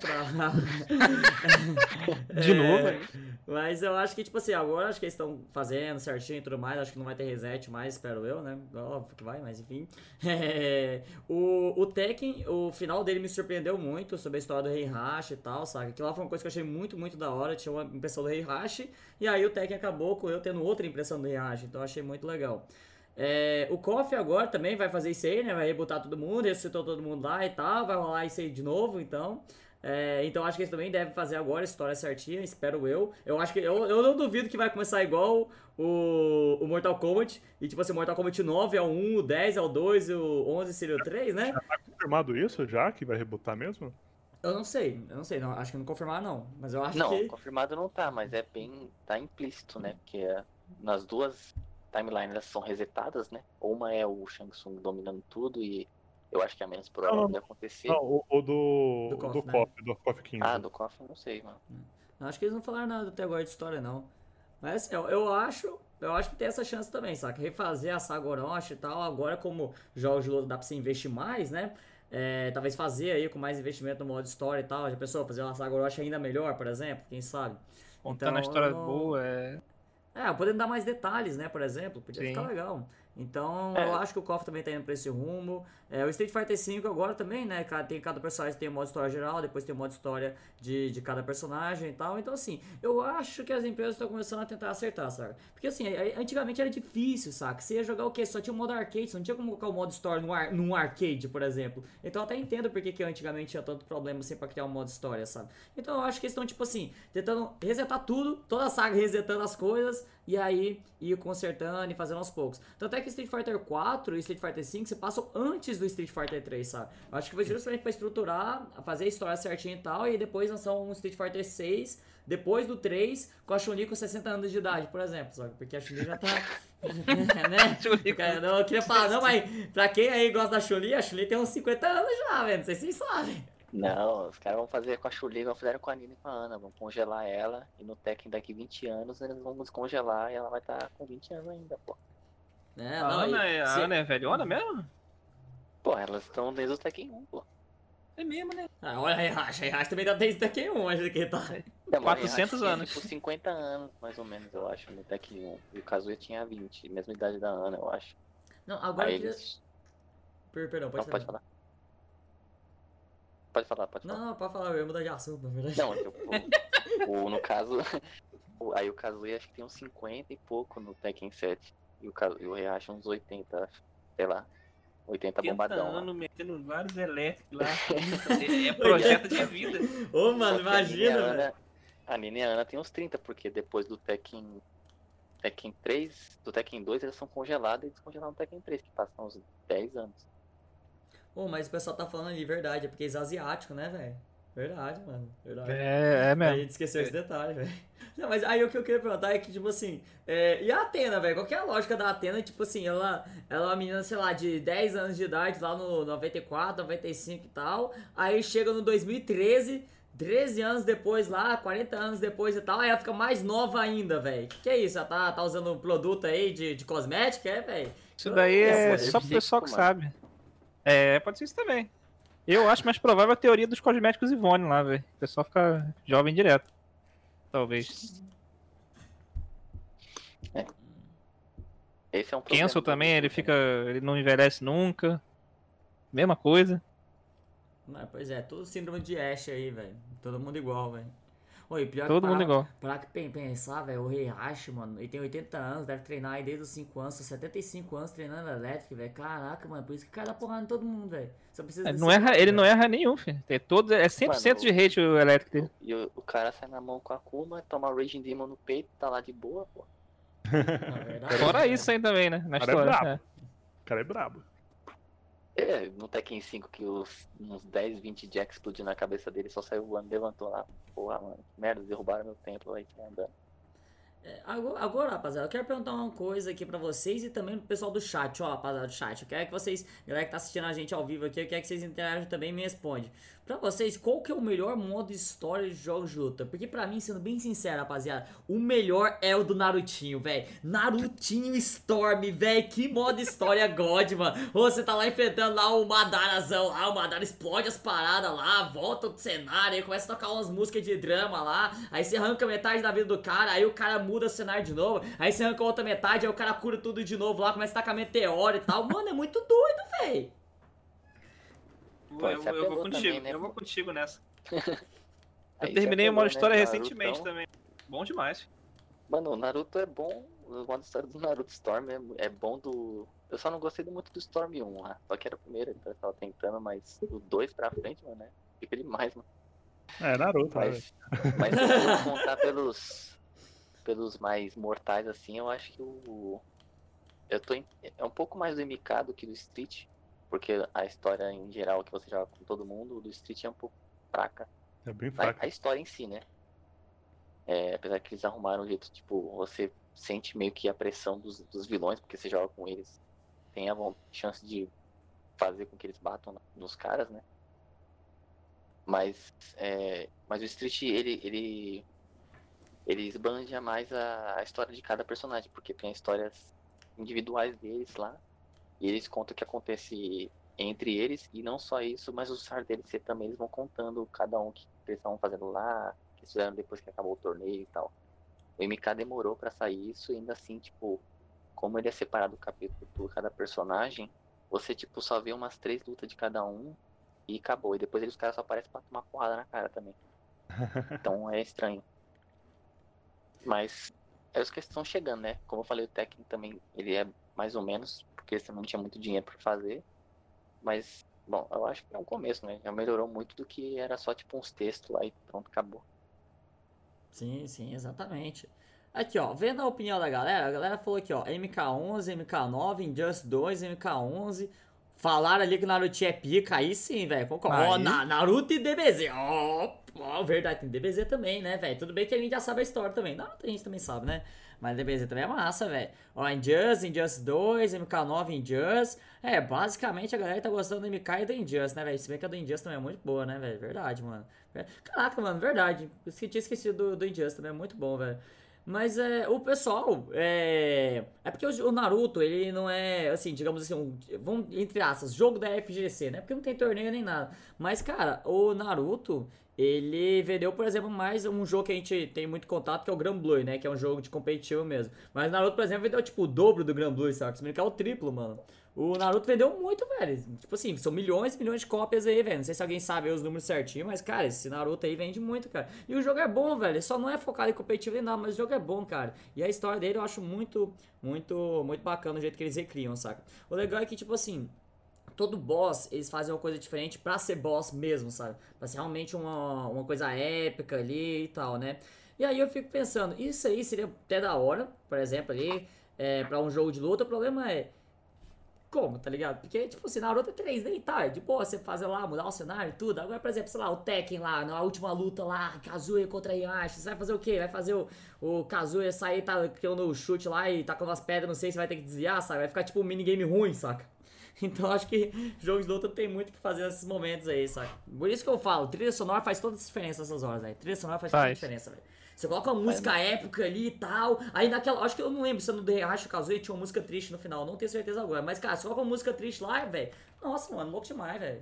De novo, aí. Mas eu acho que, tipo assim, agora acho que eles estão fazendo certinho e tudo mais, acho que não vai ter reset mais, espero eu, né? Óbvio que vai, mas enfim. O Tekken, o final dele me surpreendeu muito sobre a história do Heihachi e tal, sabe? Aquilo lá foi uma coisa que eu achei muito, muito da hora, tinha uma impressão do Heihachi, e aí o Tekken acabou com eu tendo outra impressão do Heihachi, então eu achei muito legal. O KOF agora também vai fazer isso aí, né? Vai rebutar todo mundo, ressuscitou todo mundo lá e tal, vai rolar isso aí de novo, então. Então acho que eles também devem fazer agora a história certinha, espero eu. Eu acho que eu não duvido que vai começar igual o Mortal Kombat. E tipo assim, o Mortal Kombat 9 é o 1, o 10 é o 2, o 11 seria o 3, né? Já tá confirmado isso já, que vai rebutar mesmo? Eu não sei, não, acho que não confirmaram não. Mas eu acho Não, que. confirmado não tá, mas é bem. Tá implícito, né? Porque nas duas timelines elas são resetadas, né? Uma é o Shang Tsung dominando tudo e eu acho que é menos provável de acontecer. Não, o do KOF, do né? KOF, do KOF 15. Ah, do KOF eu não sei, mano. Eu acho que eles não falaram nada até agora de história, não. Mas assim, eu acho que tem essa chance também, saca? Refazer a saga Orochi e tal, agora como jogos de luta dá pra você investir mais, né? Talvez fazer aí com mais investimento no modo história e tal. Já pensou, fazer uma saga Orochi ainda melhor, por exemplo? Quem sabe? Contando a história boa, Podendo dar mais detalhes, né, por exemplo, podia Sim. ficar legal. Então, É. eu acho que o KOF também tá indo pra esse rumo. O Street Fighter V agora também, né, tem cada personagem tem o modo história geral, depois tem o modo história de cada personagem e tal. Então, assim, eu acho que as empresas estão começando a tentar acertar, sabe? Porque, assim, antigamente era difícil, saca? Você ia jogar o quê? Só tinha o modo arcade, você não tinha como colocar o modo história num arcade, por exemplo. Então, eu até entendo porque que antigamente tinha tanto problema assim pra criar um modo história, sabe? Então, eu acho que eles estão, tipo assim, tentando resetar tudo, toda a saga resetando as coisas, e aí ir consertando e fazendo aos poucos. Tanto é que Street Fighter 4 e Street Fighter 5 se passam antes do Street Fighter 3, sabe? Eu acho que foi justamente pra estruturar, fazer a história certinha e tal, e depois lançar um Street Fighter 6, depois do 3, com a Chun-Li com 60 anos de idade, por exemplo, sabe? Porque a Chun-Li já tá... né? Cara, não, eu queria falar, não, mas pra quem aí gosta da Chun-Li, a Chun-Li tem uns 50 anos já, velho, não sei se vocês sabem. Não, os caras vão fazer com a Chun-Li, igual fizeram com a Nina e com a Ana. Vão congelar ela e no Tekken daqui 20 anos eles vão descongelar e ela vai estar com 20 anos ainda, pô. A Ana é velhona mesmo? Pô, elas estão desde o Tekken 1, pô. É mesmo, né? Olha a Heihachi também dá desde Tekken 1, acho que tá... Não, mas 400 tinha, anos. Tipo, 50 anos, mais ou menos, eu acho, no Tekken 1. E o Kazuya tinha 20, mesma idade da Ana, eu acho. Não, agora Aí eu queria... eles... Perdão, Não, pode falar. Pode falar. Não, pode falar, eu ia mudar de assunto, na verdade. Não, no caso, aí o Kazuya acho que tem uns 50 e pouco no Tekken 7. E o Heihachi uns 80, sei lá. 80 bombadão lá. Anos metendo vários elétricos lá. É projeto de vida. Ô, mano, Só que a Nina e a imagina, velho. Ana- A Nina e a Ana tem uns 30, porque depois do Tekken 3, do Tekken 2, eles são congelados e descongelaram no Tekken 3, que passam uns 10 anos. Ô, mas o pessoal tá falando ali, verdade, é porque eles asiáticos, né, velho? Verdade, mano, verdade. É A mesmo. gente esqueceu esse detalhe, velho. Não, mas aí o que eu queria perguntar é que, tipo assim, e a Athena, velho? Qual que é a lógica da Athena? Tipo assim, ela é uma menina, sei lá, de 10 anos de idade, lá no 94, 95 e tal. Aí chega no 2013, 13 anos depois lá, 40 anos depois e tal, aí ela fica mais nova ainda, velho. Que é isso? Ela tá usando um produto aí de cosmética, velho? Isso daí é poder só pro pessoal que psíquico, mano. sabe. Pode ser isso também. Eu acho mais provável a teoria dos cosméticos Ivone lá, velho. O pessoal fica jovem direto. Talvez. Esse é um problema. Cancel também, ele não envelhece nunca. Mesma coisa. Mas, pois é, tudo síndrome de Ash aí, velho. Todo mundo igual, velho. Oi, pior Todo que mundo igual. Pra que pensar, velho, o Heihachi, mano, ele tem 80 anos, deve treinar aí desde os 5 anos, 75 anos treinando elétrico, velho. Caraca, mano, por isso que o cara dá porrada em todo mundo, velho. Só precisa Ele desse não erra, cara, ele velho. não erra nenhum, filho. É 100% de hate o elétrico dele. E o cara sai na mão com a Kuma, toma o Raging Demon no peito, tá lá de boa, pô. Não, é verdade, Fora velho. isso aí também, né? Na Cara é história. brabo. O cara é brabo. No Tekken 5 que uns 10, 20 jacks explodiu na cabeça dele, só saiu voando, levantou lá. Porra, mano, que merda, derrubaram meu templo aí, tá andando. Agora, rapaziada, eu quero perguntar uma coisa aqui pra vocês e também pro pessoal do chat, ó, rapaziada do chat. Eu quero que vocês, galera que tá assistindo a gente ao vivo aqui, eu quero que vocês interajam também e me respondem. Pra vocês, qual que é o melhor modo história de jogos de luta? Porque pra mim, sendo bem sincero, rapaziada, o melhor é o do Narutinho, velho. Narutinho Storm, velho. Que modo história God, mano. Você tá lá enfrentando lá o Madarazão lá, o Madara explode as paradas lá, volta do cenário, aí começa a tocar umas músicas de drama lá, aí você arranca metade da vida do cara, aí o cara muda o cenário de novo, aí você arranca a outra metade, aí o cara cura tudo de novo lá, começa a tacar meteoro e tal. Mano, é muito doido, velho. Pô, Eu você vou apelou contigo, também, né, eu vou pô? contigo nessa. Aí Eu você terminei o apelou, modo né, história Narutão. recentemente também. Bom demais. Mano, o Naruto é bom. O modo história do Naruto Storm é bom do. Eu só não gostei muito do Storm 1 lá. Só que era o primeiro, então eu tava tentando, mas o 2 pra frente, mano, fica demais, mano. É, Naruto, né? Mas se eu for contar pelos mais mortais, assim, eu acho que é um pouco mais do MK do que do Street. Porque a história em geral que você joga com todo mundo, o do Street é um pouco fraca. É bem A fraco. história em si, né? Apesar que eles arrumaram um jeito, tipo, você sente meio que a pressão dos vilões, porque você joga com eles, tem a chance de fazer com que eles batam nos caras, né? Mas o Street, ele esbanja mais a história de cada personagem, porque tem histórias individuais deles lá, e eles contam o que acontece entre eles, e não só isso, mas os DLC também, eles vão contando cada um que eles estavam fazendo lá, que eles fizeram depois que acabou o torneio e tal. O MK demorou pra sair isso, e ainda assim, tipo, como ele é separado do capítulo por cada personagem, você, tipo, só vê umas 3 lutas de cada um e acabou. E depois os caras só aparecem pra tomar porrada na cara também. Então é estranho. Mas é os que estão chegando, né? Como eu falei, o Tekken também, ele é mais ou menos, porque eles também não tinham muito dinheiro pra fazer. Mas, bom, eu acho que é um começo, né? Já melhorou muito do que era só, tipo, uns textos lá e pronto, acabou. Sim, sim, exatamente. Aqui, ó, vendo a opinião da galera, a galera falou aqui, ó, MK11, MK9, Injustice 2, MK11. Falaram ali que Naruto é pica, aí sim, velho. Ó, Aí. Naruto e DBZ. Ó, verdade, tem DBZ também, né, velho? Tudo bem que a gente já sabe a história também. Naruto a gente também sabe, né? Mas DBZ também é massa, velho. Ó, Injustice 2, MK9, Injustice. Basicamente a galera tá gostando do MK e do Injustice, né, velho? Se bem que a do Injustice também é muito boa, né, velho? Verdade, mano. Caraca, mano, verdade. Eu tinha esquecido do Injustice também, é muito bom, velho. Mas o pessoal, é porque o Naruto, ele não é, assim, digamos assim, vamos, entre aspas, jogo da FGC, né? Porque não tem torneio nem nada. Mas, cara, o Naruto, ele vendeu, por exemplo, mais um jogo que a gente tem muito contato, que é o Granblue, né? Que é um jogo de competitivo mesmo. Mas o Naruto, por exemplo, vendeu, tipo, o dobro do Granblue, sabe? Se que é o triplo, mano. O Naruto vendeu muito, velho. Tipo assim, são milhões e milhões de cópias aí, velho. Não sei se alguém sabe os números certinho, mas, cara, esse Naruto aí vende muito, cara. E o jogo é bom, velho. Ele só não é focado em competitivo nem nada, mas o jogo é bom, cara. E a história dele eu acho muito, muito, muito bacana o jeito que eles recriam, saca? O legal é que, tipo assim, todo boss, eles fazem uma coisa diferente pra ser boss mesmo, sabe? Pra ser realmente uma coisa épica ali e tal, né? E aí eu fico pensando, isso aí seria até da hora, por exemplo, ali, pra um jogo de luta. O problema é como, tá ligado? Porque, tipo assim, Naruto é 3D e tá, de boa, você fazer lá, mudar o cenário e tudo. Agora, por exemplo, sei lá, o Tekken lá, na última luta lá, Kazuya contra Ieyashi, você vai fazer o quê? Vai fazer o Kazuya sair, tá dando o chute lá e tá com umas pedras, não sei se vai ter que desviar, sabe? Vai ficar tipo um minigame ruim, saca? Então acho que jogos de luta tem muito o que fazer nesses momentos aí, saca? Por isso que eu falo, trilha sonora faz toda a diferença nessas horas, velho. Trilha sonora faz toda a diferença, velho. Você coloca uma música épica ali e tal. Aí naquela. Acho que eu não lembro se no The Heihachi Kazuya tinha uma música triste no final. Não tenho certeza agora. Mas, cara, você coloca uma música triste lá, velho. Nossa, mano, louco demais, velho.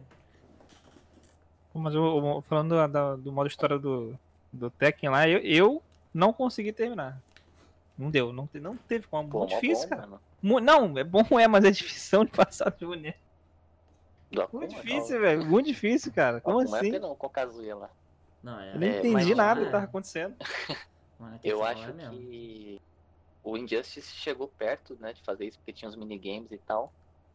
Mas falando do modo história do Tekken lá, eu não consegui terminar. Não deu, não teve como. Pô, Muito mó difícil, bom, cara. mano. Não, é bom, mas é difícil de passar do boneco. Do Akuma, Muito difícil, velho. Muito difícil, cara. Como Akuma assim? é apelão com o Kazuya lá. Não, Eu não entendi nada do que tava acontecendo. Eu acho que o Injustice chegou perto, né, de fazer isso, porque tinha os minigames e tal.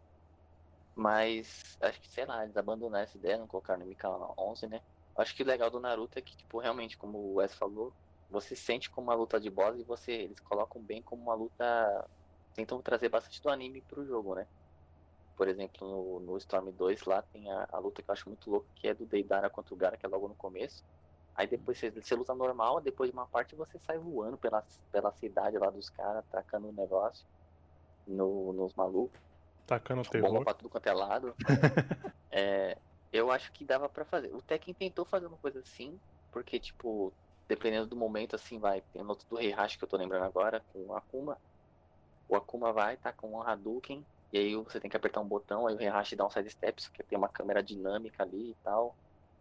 Mas acho que, sei lá, eles abandonaram essa ideia, não colocaram no MK11, né? Acho que o legal do Naruto é que, tipo, realmente, como o Wes falou, você sente como uma luta de boss e eles colocam bem como uma luta. Tentam trazer bastante do anime pro jogo, né? Por exemplo, no Storm 2 lá tem a luta que eu acho muito louca, que é do Deidara contra o Gaara, que é logo no começo. Aí depois você luta normal, depois de uma parte você sai voando pela cidade lá dos caras, atacando o negócio nos malucos. Tacando Bomba terror. pra tudo quanto é lado. Eu acho que dava pra fazer. O Tekken tentou fazer uma coisa assim, porque, tipo, dependendo do momento, assim, vai. Tem um outro do Heihachi que eu tô lembrando agora, com o Akuma. O Akuma vai, tá com um Hadouken, e aí você tem que apertar um botão, aí o Heihachi dá um sidestep, só que tem uma câmera dinâmica ali e tal.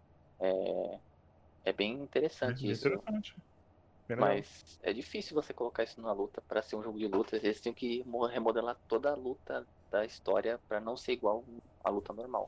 É bem interessante Bem isso. interessante. Bem legal. Mas é difícil você colocar isso na luta pra ser um jogo de luta. Eles têm que remodelar toda a luta da história pra não ser igual a luta normal.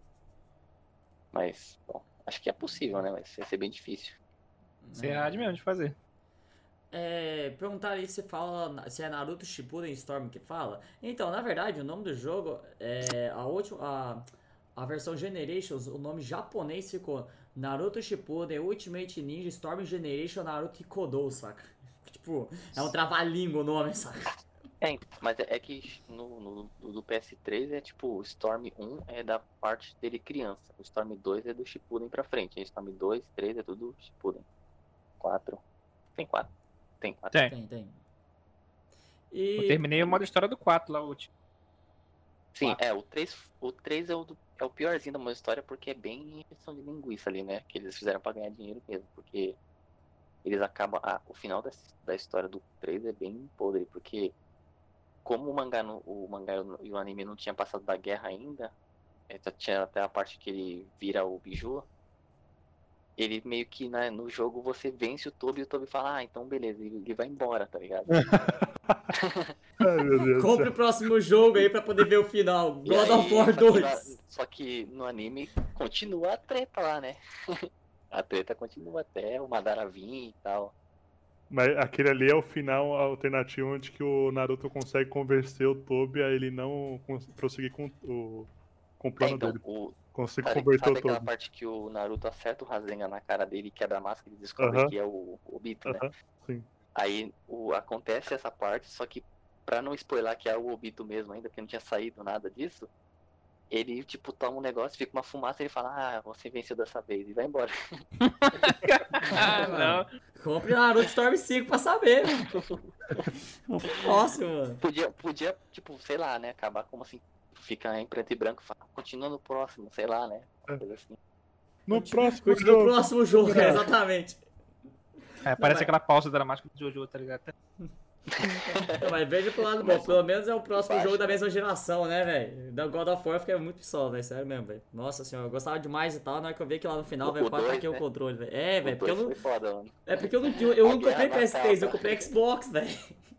Mas, bom, acho que é possível, né? Mas vai ser bem difícil. Você é hard mesmo de fazer. Perguntaram aí se é Naruto Shippuden Storm que fala. Então, na verdade, o nome do jogo é a versão Generations, o nome japonês ficou Naruto Shippuden Ultimate Ninja Storm Generation Naruto Ikodou, saca? Tipo, é um trava-língua o nome, saca? Mas é que no do PS3 é tipo, o Storm 1 é da parte dele criança. O Storm 2 é do Shippuden pra frente. Aí Storm 2, 3 é tudo Shippuden. 4. Tem 4? Tem 4. Tem. Tem. Eu E terminei o modo história do 4 lá, o último. Sim, o 3 é o piorzinho da uma história porque é bem injeção de linguiça ali, né? Que eles fizeram pra ganhar dinheiro mesmo. Porque eles acabam. O final da história do 3 é bem podre, porque como o mangá e o anime não tinha passado da guerra ainda, só tinha até a parte que ele vira o Biju. Ele meio que no jogo você vence o Tobi e o Tobi fala, então beleza, ele vai embora, tá ligado? Ai, meu Deus do compre o céu. próximo jogo aí pra poder ver o final. E God aí, of War 2. só que no anime continua a treta lá, né? A treta continua até o Madara vir e tal. Mas aquele ali é o final alternativo onde que o Naruto consegue convencer o Tobi a ele não prosseguir com o plano Então, dele. Consegue sabe converter o aquela Tobi. parte que o Naruto acerta o Rasengan na cara dele e quebra a máscara e descobre Aham, que é o Obito, né? sim. Aí acontece essa parte, só que pra não spoiler que é o Obito mesmo ainda, porque não tinha saído nada disso, ele, tipo, toma um negócio, fica uma fumaça e ele fala, você venceu dessa vez, e vai embora. Não. Compre Naruto Storm 5 pra saber, mano. Próximo, mano. Podia, tipo, sei lá, né, acabar como assim, fica em preto e branco, fala, continua no próximo, sei lá, né, uma coisa assim. No próximo Continua o jogo. próximo jogo, exatamente. Parece mas- aquela pausa dramática do Jojo, tá ligado? Não, mas veja pro lado bom, pelo menos é o próximo jogo da mesma geração, né, velho? Da God of War eu fiquei muito pistola, velho, sério mesmo, velho. Nossa senhora, eu gostava demais e tal, na hora que eu vi que lá no final, velho, eu quase dois, taquei o né? controle, velho. É, velho, O porque eu 2 não. foi foda, mano. É porque eu não A comprei guerra PS3, eu matava. comprei Xbox, velho.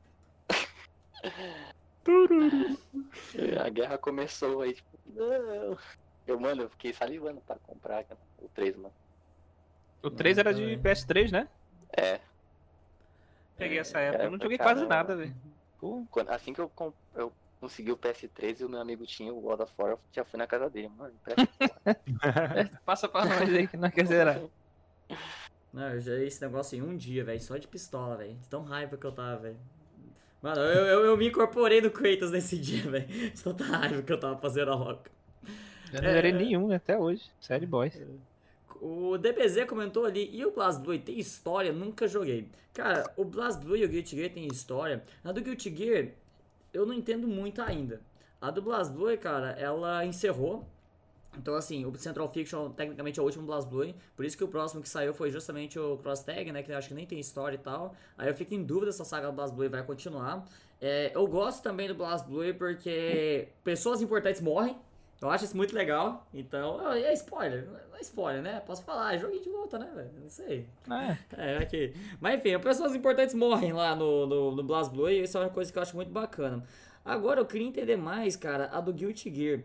Tururu. A guerra começou aí, tipo, não. Mano, eu fiquei salivando pra comprar, cara, o 3, mano. O 3 era de também. PS3, né? É, Peguei essa época. Eu não joguei caramba. quase nada, velho. Pô, Assim que eu consegui o PS3 e o meu amigo tinha o God of War, eu já fui na casa dele, mano. Empresta. passa pra nós aí que não quer zerar. Não, eu já esse negócio em um dia, velho, só de pistola, velho. De tão raiva que eu tava, velho. Mano, eu me incorporei no Kratos nesse dia, velho. De tanta raiva que eu tava fazendo a loca. Eu não zerei nenhum até hoje. Sério, boys. O DBZ comentou ali, e o BlazBlue tem história? Nunca joguei. Cara, o BlazBlue e o Guilty Gear tem história. A do Guilty Gear, eu não entendo muito ainda. A do BlazBlue, cara, ela encerrou. Então, assim, o Central Fiction tecnicamente é o último BlazBlue. Por isso que o próximo que saiu foi justamente o Cross Tag, né? Que eu acho que nem tem história e tal. Aí eu fico em dúvida se a saga do BlazBlue vai continuar. Eu gosto também do BlazBlue porque pessoas importantes morrem. Eu acho isso muito legal. Então, é spoiler. Não é spoiler, né? Posso falar, é joguinho de luta, né, velho? Não sei. Aqui. Mas enfim, pessoas importantes morrem lá no BlazBlue. E isso é uma coisa que eu acho muito bacana. Agora, eu queria entender mais, cara, a do Guilty Gear.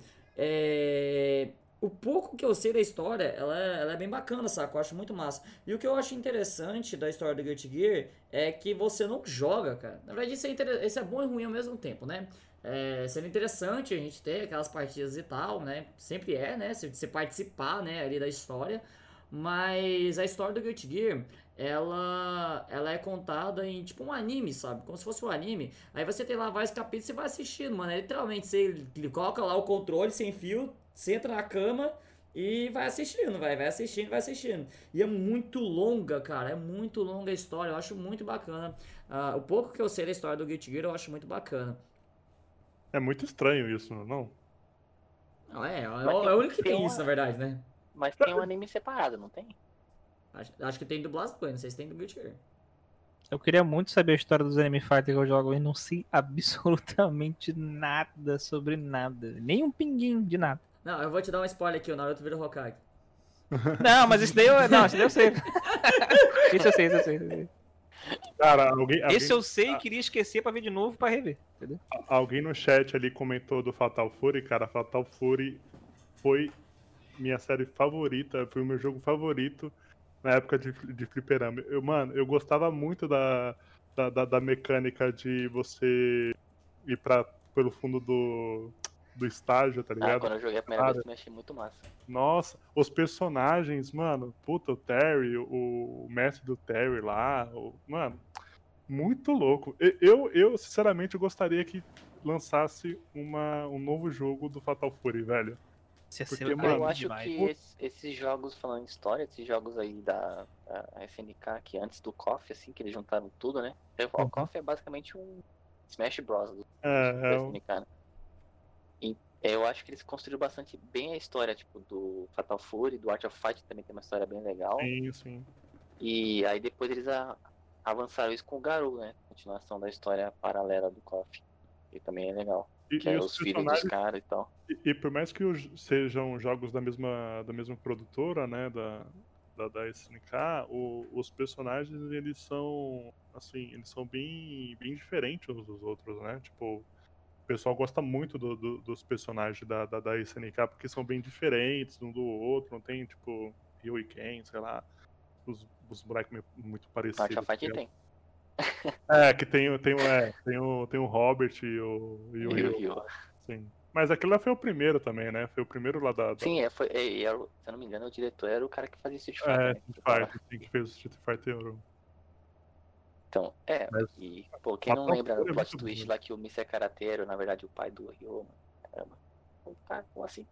O pouco que eu sei da história, ela é bem bacana, saca? Eu acho muito massa. E o que eu acho interessante da história do Guilty Gear é que você não joga, cara. Na verdade, isso é bom e ruim ao mesmo tempo, né? Sendo interessante a gente ter aquelas partidas e tal, né? Sempre é, né? Se você participar, né, ali da história. Mas a história do Guilty Gear, ela é contada em tipo um anime, sabe? Como se fosse um anime. Aí você tem lá vários capítulos e você vai assistindo, mano. Literalmente, você coloca lá o controle sem fio, senta na cama e vai assistindo, vai assistindo, vai assistindo. E é muito longa, cara. É muito longa a história. Eu acho muito bacana. O pouco que eu sei da história do Guilty Gear, eu acho muito bacana. É muito estranho isso, não? Não, é Mas o único que tem tem uma- isso, na verdade, né? Mas tem um anime separado, não tem? Acho que tem do BlazBlue, não sei se tem do Guilty Gear. Eu queria muito saber a história dos Anime Fighter que eu jogo e não sei absolutamente nada sobre nada. Nem um pinguinho de nada. Não, eu vou te dar um spoiler aqui, o Naruto vira Hokage. Não, mas isso daí eu. Não, isso daí eu sei. Isso eu sei. Cara, Esse eu sei e queria esquecer pra ver de novo pra rever. Entendeu? alguém no chat ali comentou do Fatal Fury, cara. Fatal Fury foi minha série favorita, foi o meu jogo favorito na época de fliperama. Mano, eu gostava muito da mecânica de você ir pelo fundo do estágio, tá Ah, ligado? quando eu joguei a primeira vez, eu achei muito massa. Nossa, os personagens, mano, puta, o Terry, o mestre do Terry lá, mano, muito louco. Eu, sinceramente, eu gostaria que lançasse um novo jogo do Fatal Fury, velho. Isso ia ser Porque, Eu mano, acho demais. que esses jogos, falando em história, esses jogos aí da SNK, que antes do KOF, assim, que eles juntaram tudo, né? O KOF é basicamente um Smash Bros. Do SNK, né? E eu acho que eles construíram bastante bem a história, tipo, do Fatal Fury, do Art of Fight também tem uma história bem legal. sim. E aí depois eles avançaram isso com o Garou, né? Continuação da história paralela do KOF. Que também é legal. Que é os filhos dos caras e tal. E por mais que sejam jogos da mesma produtora, né, da SNK, os personagens, eles são, assim, eles são bem diferentes uns dos outros, né? Tipo, o pessoal gosta muito dos personagens da SNK porque são bem diferentes um do outro, não tem, tipo, Ryu e Ken, sei lá, os bonecos muito parecidos. Art of Fight tem. É, que tem o Robert e o Ryu. Sim. Mas aquele lá foi o primeiro também, né? Foi o primeiro lá da. Sim, se eu não me engano, o diretor era o cara que fazia Street É, Fighter. Street Fighter, sim, que fez o Street Fighter 1. Então, Mas e, pô, quem não Fatal lembra Fury do é plot muito twist bom. lá que o Mr. Karate era, na verdade, o pai do Ryo, mano. Caramba. Cara, como assim?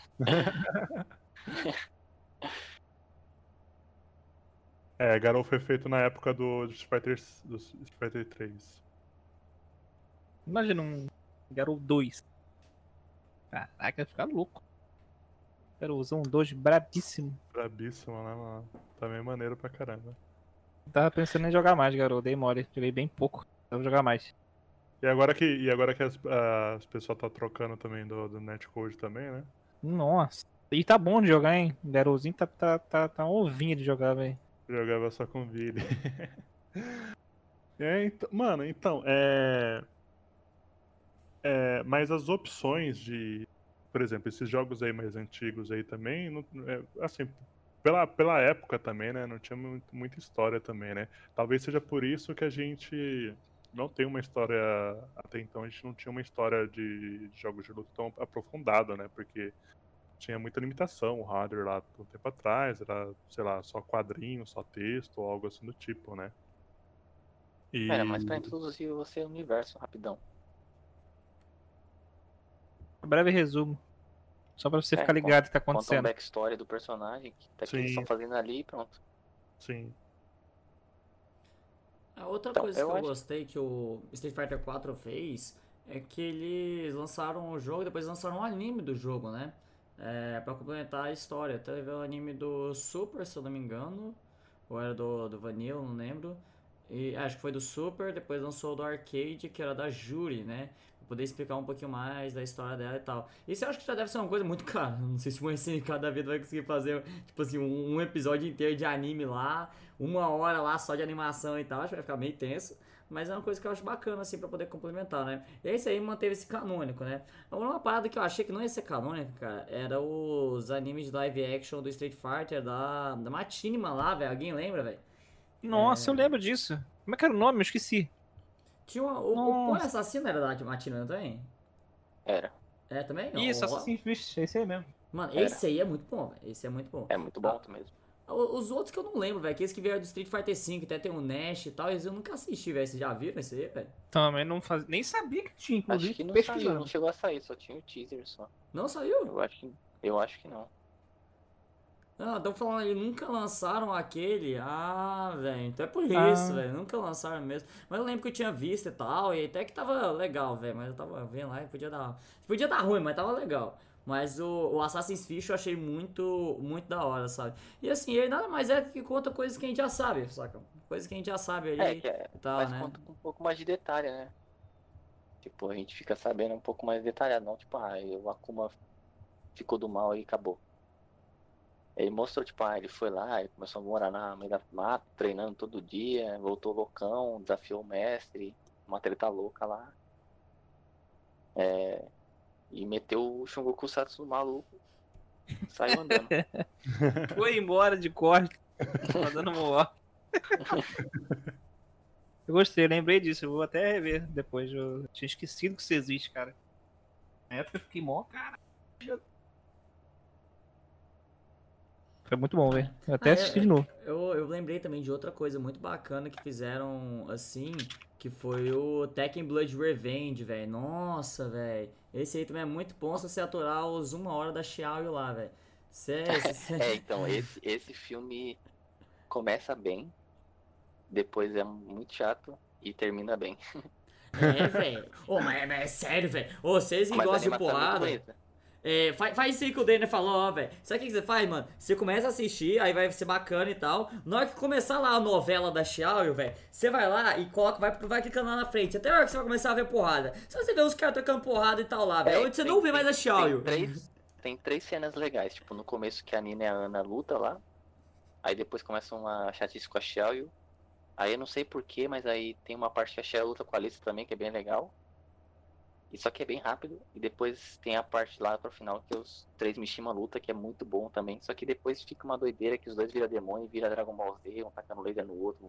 É, Garou foi feito na época do Street Fighter 3. Imagina um Garou 2. Caraca, ia ficar louco. Garouzão 2 brabíssimo. Brabíssimo, né, mano? Também maneiro pra caramba. Tava pensando em jogar mais, Garou. Dei mole. Joguei bem pouco. Vou jogar mais. E agora que as pessoas tá trocando também do netcode também, né? Nossa. E tá bom de jogar, hein? Garouzinho tá uma ovinha de jogar, velho. Jogava só com Vili. Mano, então, mas as opções de, por exemplo, esses jogos aí mais antigos aí também, assim, pela época também, né, não tinha muita história também, né? Talvez seja por isso que a gente não tem uma história, até então a gente não tinha uma história de jogos de luta tão aprofundada, né? Porque tinha muita limitação, o hardware lá um tempo atrás, era, sei lá, só quadrinho, só texto, ou algo assim do tipo, né? Era mais pra introduzir você no universo, rapidão. Breve resumo. Só pra você ficar Conta ligado o que tá um acontecendo. backstory do personagem, que eles estão fazendo ali e pronto. Sim. A outra Então, coisa que eu eu acho- gostei que o Street Fighter 4 fez é que eles lançaram o jogo e depois lançaram um anime do jogo, né? Pra complementar a história. Teve o anime do Super, se eu não me engano, ou era do Vanilla, não lembro. E acho que foi do Super, depois lançou o do Arcade, que era da Juri, né? Pra poder explicar um pouquinho mais da história dela e tal. Isso eu acho que já deve ser uma coisa muito cara. Não sei se o SNK da vida vai conseguir fazer, tipo assim, um episódio inteiro de anime lá, 1 hora lá só de animação e tal. Acho que vai ficar meio tenso. Mas é uma coisa que eu acho bacana, assim, pra poder complementar, né? E é isso aí, manteve esse canônico, né? Agora, uma parada que eu achei que não ia ser canônica, cara, era os animes de live action do Street Fighter da Machinima lá, velho. Alguém lembra, velho? Nossa, eu lembro disso. Como é que era o nome? Eu esqueci. Tinha o Pônei Nossa. Assassino era da Machinima também? Era. É, também? Isso, Ó. Assassin's Creed, é esse aí mesmo. Mano, Era. esse aí é muito bom, velho. Esse é muito bom. É muito bom mesmo. Os outros que eu não lembro, velho. Aqueles que vieram do Street Fighter V, até tem o Nash e tal, eu nunca assisti, velho. Vocês já viram esse aí, velho? Também não fazia. Nem sabia que tinha, inclusive. Acho que não pesquisando. saiu, não chegou a sair, só tinha o teaser só. Não saiu? Eu acho que não. Não, estão falando ali, nunca lançaram aquele. Ah, velho, então é por Ah. isso, velho. Nunca lançaram mesmo. Mas eu lembro que eu tinha visto e tal, e até que tava legal, velho. Mas eu tava vendo lá e podia dar ruim, mas tava legal. Mas o Assassin's Creed eu achei muito, muito da hora, sabe? E assim, ele nada mais é que conta coisas que a gente já sabe, saca? Coisas que a gente já sabe ali e tal, mas né? conta com um pouco mais de detalhe, né? Tipo, a gente fica sabendo um pouco mais detalhado, não tipo, o Akuma ficou do mal e acabou. Ele mostrou, tipo, ele foi lá, ele começou a morar na meio da mata, treinando todo dia, voltou loucão, desafiou o mestre, uma treta louca lá. E meteu o Shungoku Satsu maluco, saiu andando. Foi embora de corte, mandando moar. Eu gostei, lembrei disso, eu vou até rever depois. Eu tinha esquecido que isso existe, cara. Na época eu fiquei mó, cara. Foi muito bom, velho. Eu até assisti de novo. Eu lembrei também de outra coisa muito bacana que fizeram assim, que foi o Tekken Blood Revenge, velho. Nossa, velho. Esse aí também é muito bom se você aturar os 1 hora da Xiao lá, velho. Então, esse filme começa bem, depois é muito chato e termina bem. É, velho. Mas é sério, velho. Vocês que Mas a gostam de animação é muito porrada. bonita. Faz isso aí que o Daniel falou, ó, velho. Sabe o que você faz, mano? Você começa a assistir, aí vai ser bacana e tal. Na hora que começar lá a novela da Xiao, velho, você vai lá e coloca, vai clicando lá na frente. Até a hora que você vai começar a ver porrada. Se você vê os caras trocando porrada e tal lá, velho, onde você não vê mais a Xiao. Tem 3 cenas legais, tipo, no começo que a Nina e a Ana luta lá. Aí depois começa uma chatice com a Xiao. Aí eu não sei porquê, mas aí tem uma parte que a Xiao luta com a Alice também, que é bem legal. Isso aqui é bem rápido. E depois tem a parte lá pro final que os 3 Mishima luta, que é muito bom também. Só que depois fica uma doideira que os dois viram demônio e vira Dragon Ball Z, um tacando laser no outro.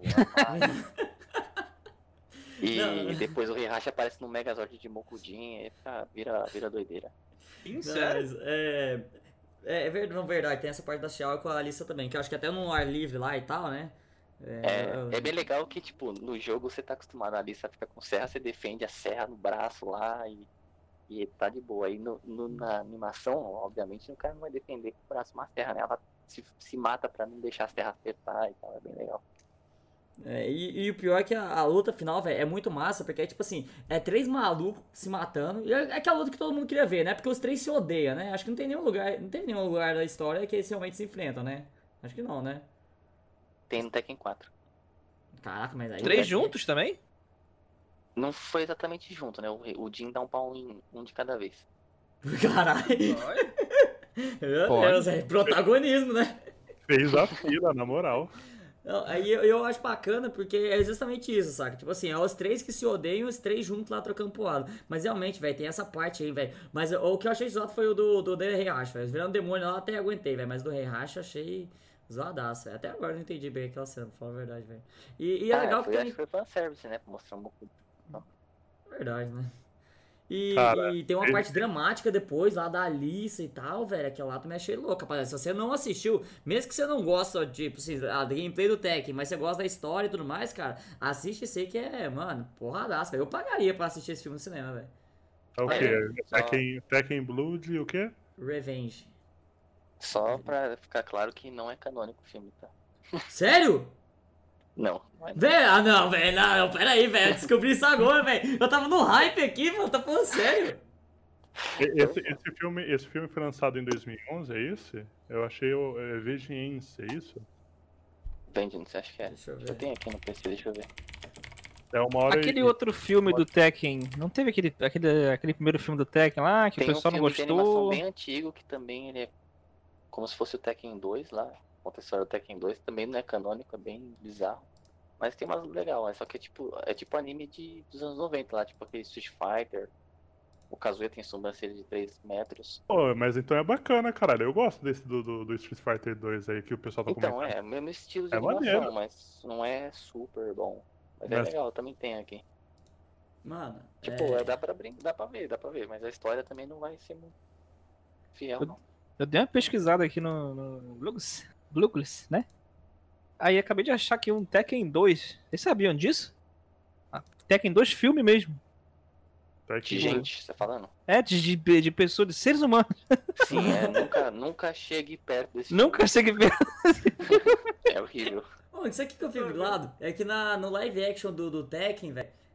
E depois o Heihachi aparece no Megazord de Mokujin e vira doideira. Mas, não, verdade, tem essa parte da Xiao com a Alissa também, que eu acho que até no ar livre lá e tal, né? É bem legal que, tipo, no jogo você tá acostumado ali, você fica com serra, você defende a serra no braço lá e tá de boa. Aí na animação, obviamente, o cara não vai defender com o braço uma serra, né? Ela se mata pra não deixar a serra acertar e tal, é bem legal. E o pior é que a luta final, velho, é muito massa, porque é tipo assim, 3 malucos se matando, e é aquela luta que todo mundo queria ver, né? Porque os 3 se odeiam, né? Acho que não tem nenhum lugar da história que eles realmente se enfrentam, né? Acho que não, né? Tem no Tekken 4. Caraca, mas aí... 3 juntos também? Não foi exatamente junto, né? O Jin dá um pau em um de cada vez. Caralho! Meu Deus, protagonismo, né? Fez a fila, na moral. Não, aí eu acho bacana porque é justamente isso, saca? Tipo assim, é os 3 que se odeiam, os 3 juntos lá trocando porrada. Mas realmente, velho, tem essa parte aí, velho. Mas o que eu achei zoado foi o do Heihachi, velho. Virando demônio lá, até aguentei, velho. Mas do Heihachi eu achei zoadaço, velho. Até agora eu não entendi bem aquela cena, pra falar a verdade, velho. E é legal porque... Acho que foi fanservice, né? Pra mostrar um pouco. Verdade, né? Cara, E tem uma parte dramática depois lá da Alissa e tal, velho. Aquela lá também achei louca, rapaz. Se você não assistiu, mesmo que você não gosta de, tipo assim, a gameplay do Tekken, mas você gosta da história e tudo mais, cara, assiste esse aí que é, mano, porradaço, velho. Eu pagaria pra assistir esse filme no cinema, velho. É o quê? Tekken Blood e o quê? Revenge. Só pra ficar claro que não é canônico o filme, tá? Sério? Não. Velho, não, velho, não, pera aí, velho. Descobri isso agora, velho. Eu tava no hype aqui, mano. Tá falando sério? Esse filme foi lançado em 2011, é esse? Eu achei o Vengeance, é isso? Vengeance, acho que é. Deixa eu ver. Eu tenho aqui no PC, deixa eu ver. É 1 hora Aquele outro filme do Tekken, não teve aquele primeiro filme do Tekken lá, que Tem o pessoal um não filme de animação gostou? bem antigo, que também ele é como se fosse o Tekken 2 lá. Conta a história do Tekken 2, também não é canônico, é bem bizarro. Mas tem umas legal, só que é tipo anime dos anos 90 lá, tipo aquele Street Fighter. O Kazuya tem sobrancelha de 3 metros. Pô, mas então é bacana, caralho. Eu gosto desse do Street Fighter 2 aí que o pessoal tá Então, comentando. é o mesmo estilo de É animação, maneiro. mas não é super bom. Mas é legal, também tem aqui. Mano, Tipo, dá pra ver, mas a história também não vai ser muito fiel, não. Eu dei uma pesquisada aqui no Bluegless, né? Aí acabei de achar aqui um Tekken 2. Vocês sabiam disso? Tekken 2 filme mesmo. De gente, você tá falando? De pessoas, de seres humanos. Sim, nunca chegue perto desse Nunca cheguei ver. É horrível. Isso aqui que eu fico do lado é que no live action do Tekken, velho,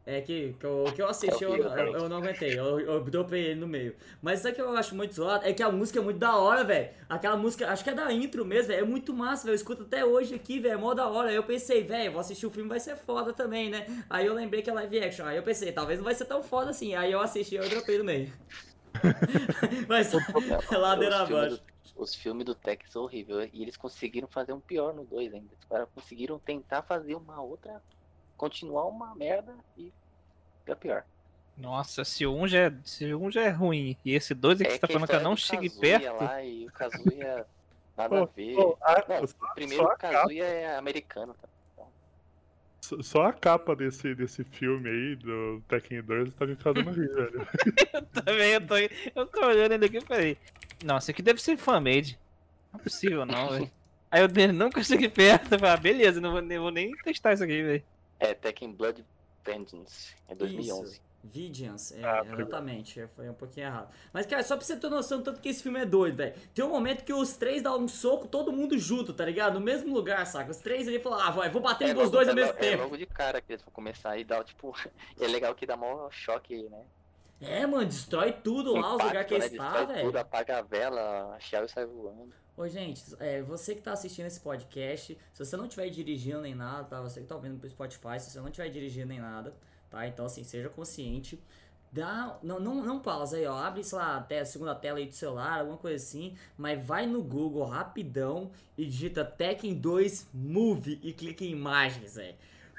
que eu assisti, eu não aguentei. Eu dropei ele no meio. Mas isso que eu acho muito zoado é que a música é muito da hora, velho. Aquela música, acho que é da intro mesmo, velho. É muito massa, velho. Eu escuto até hoje aqui, velho. É mó da hora. Aí eu pensei, velho, vou assistir o filme, vai ser foda também, né? Aí eu lembrei que é live action. Aí eu pensei, talvez não vai ser tão foda assim. Aí eu assisti e eu dropei no meio. Mas ladeira abaixo. Os filmes do Tekken são horríveis. E eles conseguiram fazer um pior no 2 ainda. Os caras conseguiram tentar fazer uma outra. Continuar uma merda e fica pior. Nossa, se um já é ruim e esse 2 é que você tá falando que eu não chegue perto. Lá, e o Kazuya nada a ver. Não, o primeiro Kazuya é americano. Tá? Só a capa desse filme aí, do Tekken 2, tá me fazendo rir, velho. eu tô olhando ainda aqui e falei, nossa, isso aqui deve ser fan-made. Não é possível não, velho. Aí eu nunca cheguei perto, eu falei, beleza, não vou nem testar isso aqui, velho. É Tekken Blood Vengeance, é 2011. Isso. Vengeance, exatamente, foi um pouquinho errado. Mas, cara, só pra você ter noção tanto que esse filme é doido, velho. Tem um momento que os três dão um soco, todo mundo junto, tá ligado? No mesmo lugar, saca? Os três ali falam, vou bater nos dois ao mesmo tempo. Logo de cara que eles vão começar e dar, tipo... É legal que dá maior choque, né? É, mano, destrói tudo lá, os lugares que eles estão, velho. Tudo, apaga a vela, a chave sai voando. Ô, gente, você que tá assistindo esse podcast, se você não estiver dirigindo nem nada, tá? Você que tá ouvindo pro Spotify, se você não estiver dirigindo nem nada, tá? Então, assim, seja consciente. Não pausa aí, ó. Abre, sei lá, a segunda tela aí do celular, alguma coisa assim. Mas vai no Google rapidão e digita Tekken 2 Movie e clica em imagens, velho.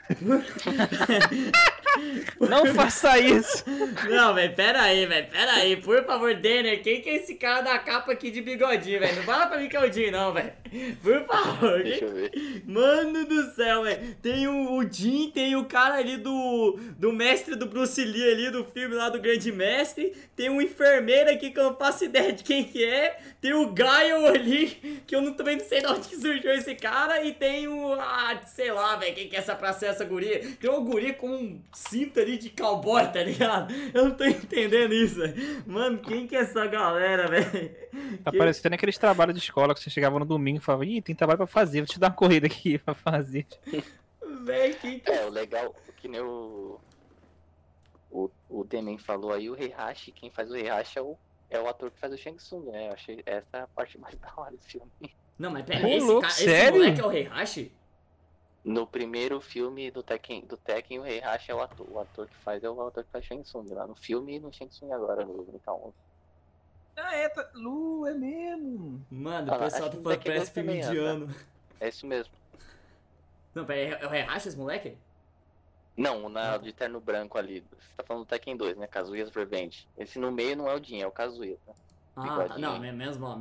Não faça isso. Não, velho, pera aí, por favor, Denner, quem que é esse cara da capa aqui de bigodinho, velho? Não fala pra mim que é o Jin, não, velho. Por favor. Deixa eu ver. Mano do céu, velho. Tem o Jin, tem o cara ali do mestre do Bruce Lee ali, do filme lá do Grande Mestre. Tem um enfermeiro aqui que eu não faço ideia de quem que é. Tem o Gaio ali, que eu também não sei de onde que surgiu esse cara. E tem sei lá, velho, quem que é essa guria? Tem uma guria com um cinto ali de cowboy, tá ligado? Eu não tô entendendo isso, velho. Mano, quem que é essa galera, velho? Tá parecendo aqueles trabalhos de escola que você chegava no domingo e falava, tem trabalho pra fazer, vou te dar uma corrida aqui pra fazer. Velho, quem que é? O legal, que nem o Demen falou aí, o Heihachi, quem faz o Heihachi é o ator que faz o Shang Tsung, né? Eu achei essa a parte mais da hora desse filme. Não, mas pera, sério? esse moleque é o Heihachi? No primeiro filme do Tekken, o Heihachi é o ator que faz o Shang Tsung lá no filme e no Shang Tsung agora, no Brutal 11. É mesmo. Mano, o pessoal tá falando que parece filme indiano. É isso mesmo. Não, pera, é o Heihachi esse moleque? Não, de terno branco ali. Você tá falando do Tekken 2, né? Kazuya's Revenge. Esse no meio não é o Jin, é o Kazuya, tá? Não, menos mal.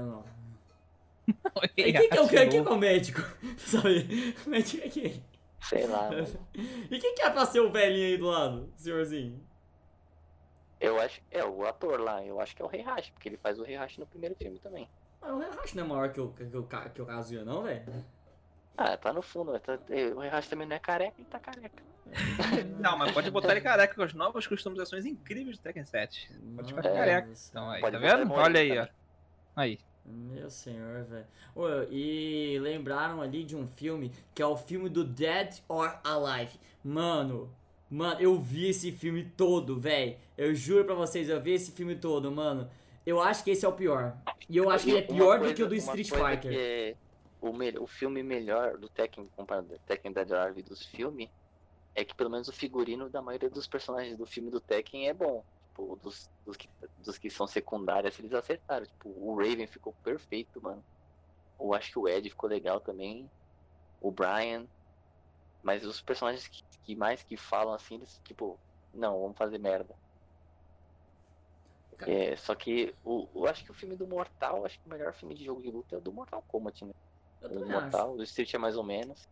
E quem que é o médico? Sabe? O médico é quem? Sei lá, mano. E quem que é pra ser o velhinho aí do lado, senhorzinho? Eu acho que é o ator lá, eu acho que é o Heihachi, porque ele faz o Heihachi no primeiro filme também. Mas o Heihachi não é maior que o Kazuya, não, velho? Tá no fundo, o Heihachi também não é careca, ele tá careca. Não, mas pode botar ele careca com as novas customizações incríveis do Tekken 7. Pode ficar careca. Então aí, tá vendo? Olha aí, ó. Aí. Meu senhor, velho. E lembraram ali de um filme que é o filme do Dead or Alive. Mano, eu vi esse filme todo, velho. Eu juro pra vocês, eu vi esse filme todo, mano. Eu acho que esse é o pior. E eu acho que ele é pior do que o do Street Fighter. O filme melhor do Tekken, comparado ao Tekken Dead or Alive dos filmes, é que pelo menos o figurino da maioria dos personagens do filme do Tekken é bom. Tipo, dos que são secundários, eles acertaram. Tipo, o Raven ficou perfeito, mano. Eu acho que o Ed ficou legal também. O Brian. Mas os personagens que mais que falam assim, eles, tipo, não, vamos fazer merda. Só que eu acho que o filme do Mortal, acho que o melhor filme de jogo de luta é o do Mortal Kombat, né? O Mortal, o Street é mais ou menos.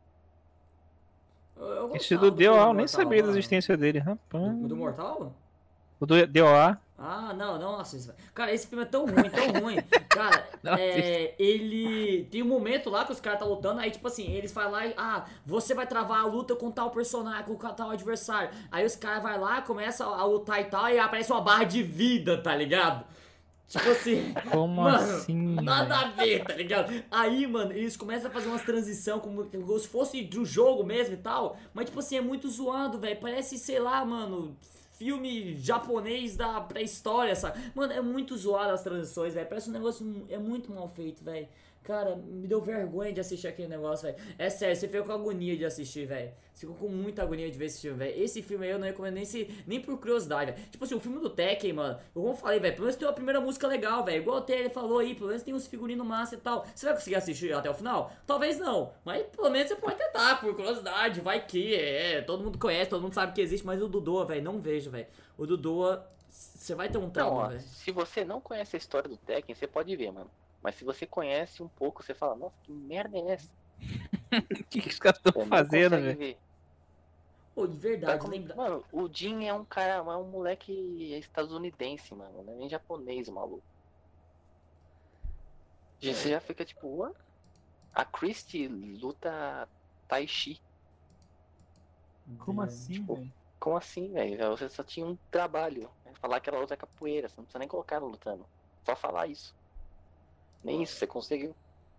Esse do DOA, eu nem sabia da existência dele, rapaz. Do Mortal? O do DOA. Ah, não assista. Cara, esse filme é tão ruim. Cara, ele... Tem um momento lá que os caras tá lutando, aí tipo assim, eles falam lá, você vai travar a luta com tal personagem, com tal adversário. Aí os caras vai lá, começa a lutar e tal, e aparece uma barra de vida, tá ligado? Tipo assim, Como mano, assim? nada velho? a ver, tá ligado? Aí, mano, eles começam a fazer umas transição como se fosse do jogo mesmo e tal. Mas, tipo assim, é muito zoado, velho. Parece, sei lá, mano, filme japonês da pré-história, sabe? Mano, é muito zoado as transições, velho. Parece um negócio, é muito mal feito, velho. Cara, me deu vergonha de assistir aquele negócio, velho. É sério, você ficou com agonia de assistir, velho. Você ficou com muita agonia de ver esse filme, velho. Esse filme aí eu não recomendo nem por curiosidade, velho. Tipo assim, o filme do Tekken, mano. Eu como falei, velho, pelo menos tem uma primeira música legal, velho. Igual até ele falou aí, pelo menos tem uns figurinos massa e tal. Você vai conseguir assistir até o final? Talvez não. Mas pelo menos você pode tentar, por curiosidade. Vai que, todo mundo conhece, todo mundo sabe que existe. Mas o Dudoa, velho, não vejo, velho. O Dudoa, você vai ter um Não, trauma, ó, velho. se você não conhece a história do Tekken, você pode ver, mano. Mas se você conhece um pouco, você fala, nossa, que merda é essa? O que os caras Você estão não fazendo, consegue velho? ver. Pô, de Vai verdade, como- lembra? Mano, o Jin é um cara, é um moleque estadunidense, mano. Não é nem japonês, o maluco. Você já fica tipo, what? A Christie luta Tai Chi. Como assim, Tipo, velho? Como assim, velho? Você só tinha um trabalho. Falar que ela luta capoeira. Você não precisa nem colocar ela lutando. Só falar isso. Nem isso você conseguiu.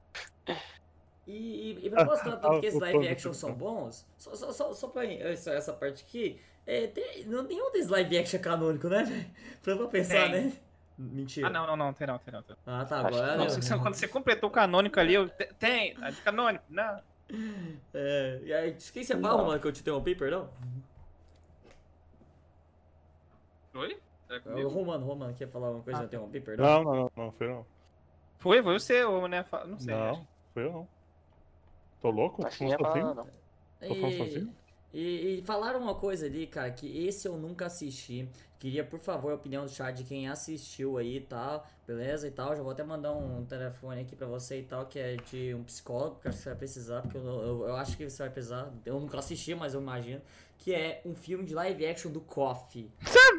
E propostando tanto que esses o live ponto action são principal. bons, só pra essa parte aqui, nenhum desses live action é canônico, né, velho? Pra pensar, Tem. né? Mentira. Ah, não, tem não. Ah, tá, Acho agora. que Não, não. quando você completou o canônico ali, tem. É de canônico, não. E aí, quem você fala, mano, que eu te interrompi, perdão? Foi? É O comigo? Romano, quer falar uma coisa e eu Ah, tá. interrompi, perdão? Não, foi eu não. Foi você, ou né? Não sei. Não, acho. foi eu não. Tô louco? Acho que Tô não ia falando falar, sozinho? não. Tô falando sozinho? E falaram uma coisa ali, cara, que esse eu nunca assisti. Queria, por favor, a opinião do chat de quem assistiu aí e tal, beleza e tal. Já vou até mandar um telefone aqui pra você e tal, que é de um psicólogo, que acho que você vai precisar, porque eu acho que você vai precisar. Eu nunca assisti, mas eu imagino. Que é um filme de live action do Coffee.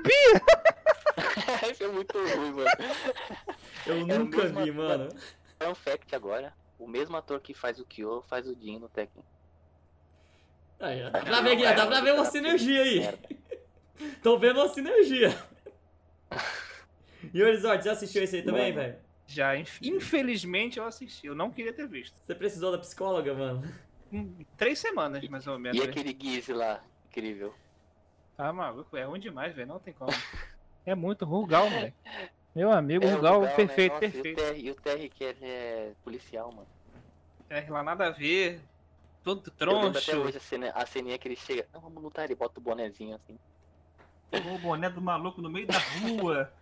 Isso é muito ruim, mano. Eu o nunca mesmo vi, ator. mano. Fun fact agora. O mesmo ator que faz o Kyo faz o Jin no Tekken. Aí, dá pra ver aqui, dá pra ver uma sinergia aí. Merda. Tô vendo uma sinergia. E o Horizonte, já assistiu esse aí também, Mano. velho? Já, infelizmente, eu assisti. Eu não queria ter visto. Você precisou da psicóloga, mano? 3 semanas, mais ou menos. E velho. aquele Gizzy lá, incrível. Tá maluco, é ruim demais, velho. Não tem como. É muito Rugal, moleque. Meu amigo, É, o Rugal, Rugal, perfeito, né? Nossa, perfeito. E o Terry, que ele é policial, mano. É, lá nada a ver. Todo Eu lembro até troncho. hoje a ceninha que ele chega. Não, vamos lutar, ele bota o bonezinho assim. Pegou o boné do maluco no meio da rua.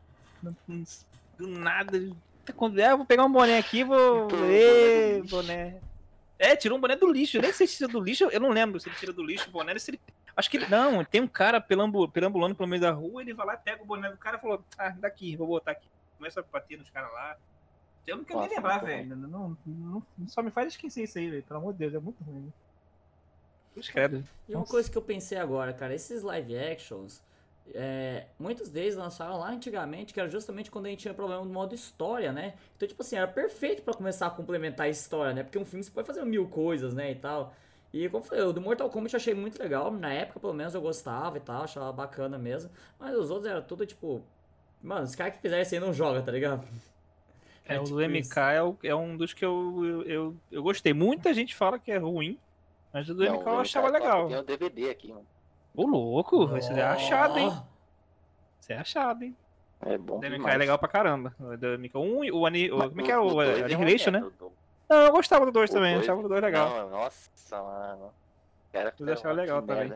Do nada. Eu vou pegar um boné aqui, vou. Pô, Ê, boné do lixo. boné. É, tirou um boné do lixo. Eu nem sei se tira do lixo. Eu não lembro se ele tira do lixo o boné. Se ele... Acho que ele. Não, tem um cara perambulando pelo meio da rua. Ele vai lá, pega o boné do cara e falou: Ah, daqui, vou botar aqui. Começa a bater nos caras lá. Eu não quero nem Nossa, lembrar, muito velho. Não, só me faz esquecer isso aí, velho. Pelo amor de Deus, é muito ruim. Deus credo. E uma coisa que eu pensei agora, cara, esses live actions, muitos deles lançaram lá antigamente, que era justamente quando a gente tinha problema no modo história, né? Então, tipo assim, era perfeito pra começar a complementar a história, né? Porque um filme você pode fazer 1000 coisas, né, e tal. E como eu falei, o do Mortal Kombat eu achei muito legal, na época pelo menos eu gostava e tal, achava bacana mesmo. Mas os outros eram tudo tipo, mano, os caras que fizeram isso aí não jogam, tá ligado? O tipo do MK isso. é um dos que eu gostei. Muita gente fala que é ruim, mas o do Não, MK eu o achava MK é top. legal. Tem o DVD aqui, mano. Ô, louco, esse é achado, hein? Ó, Você é achado, hein? É bom O do MK demais. é legal pra caramba. O do MK 1, como é que é? O dois é uma Annihilation, né? merda, Não, eu gostava do 2 o também, eu dois- achava o 2 legal. Não, nossa, mano. Cara, Eu achava legal também.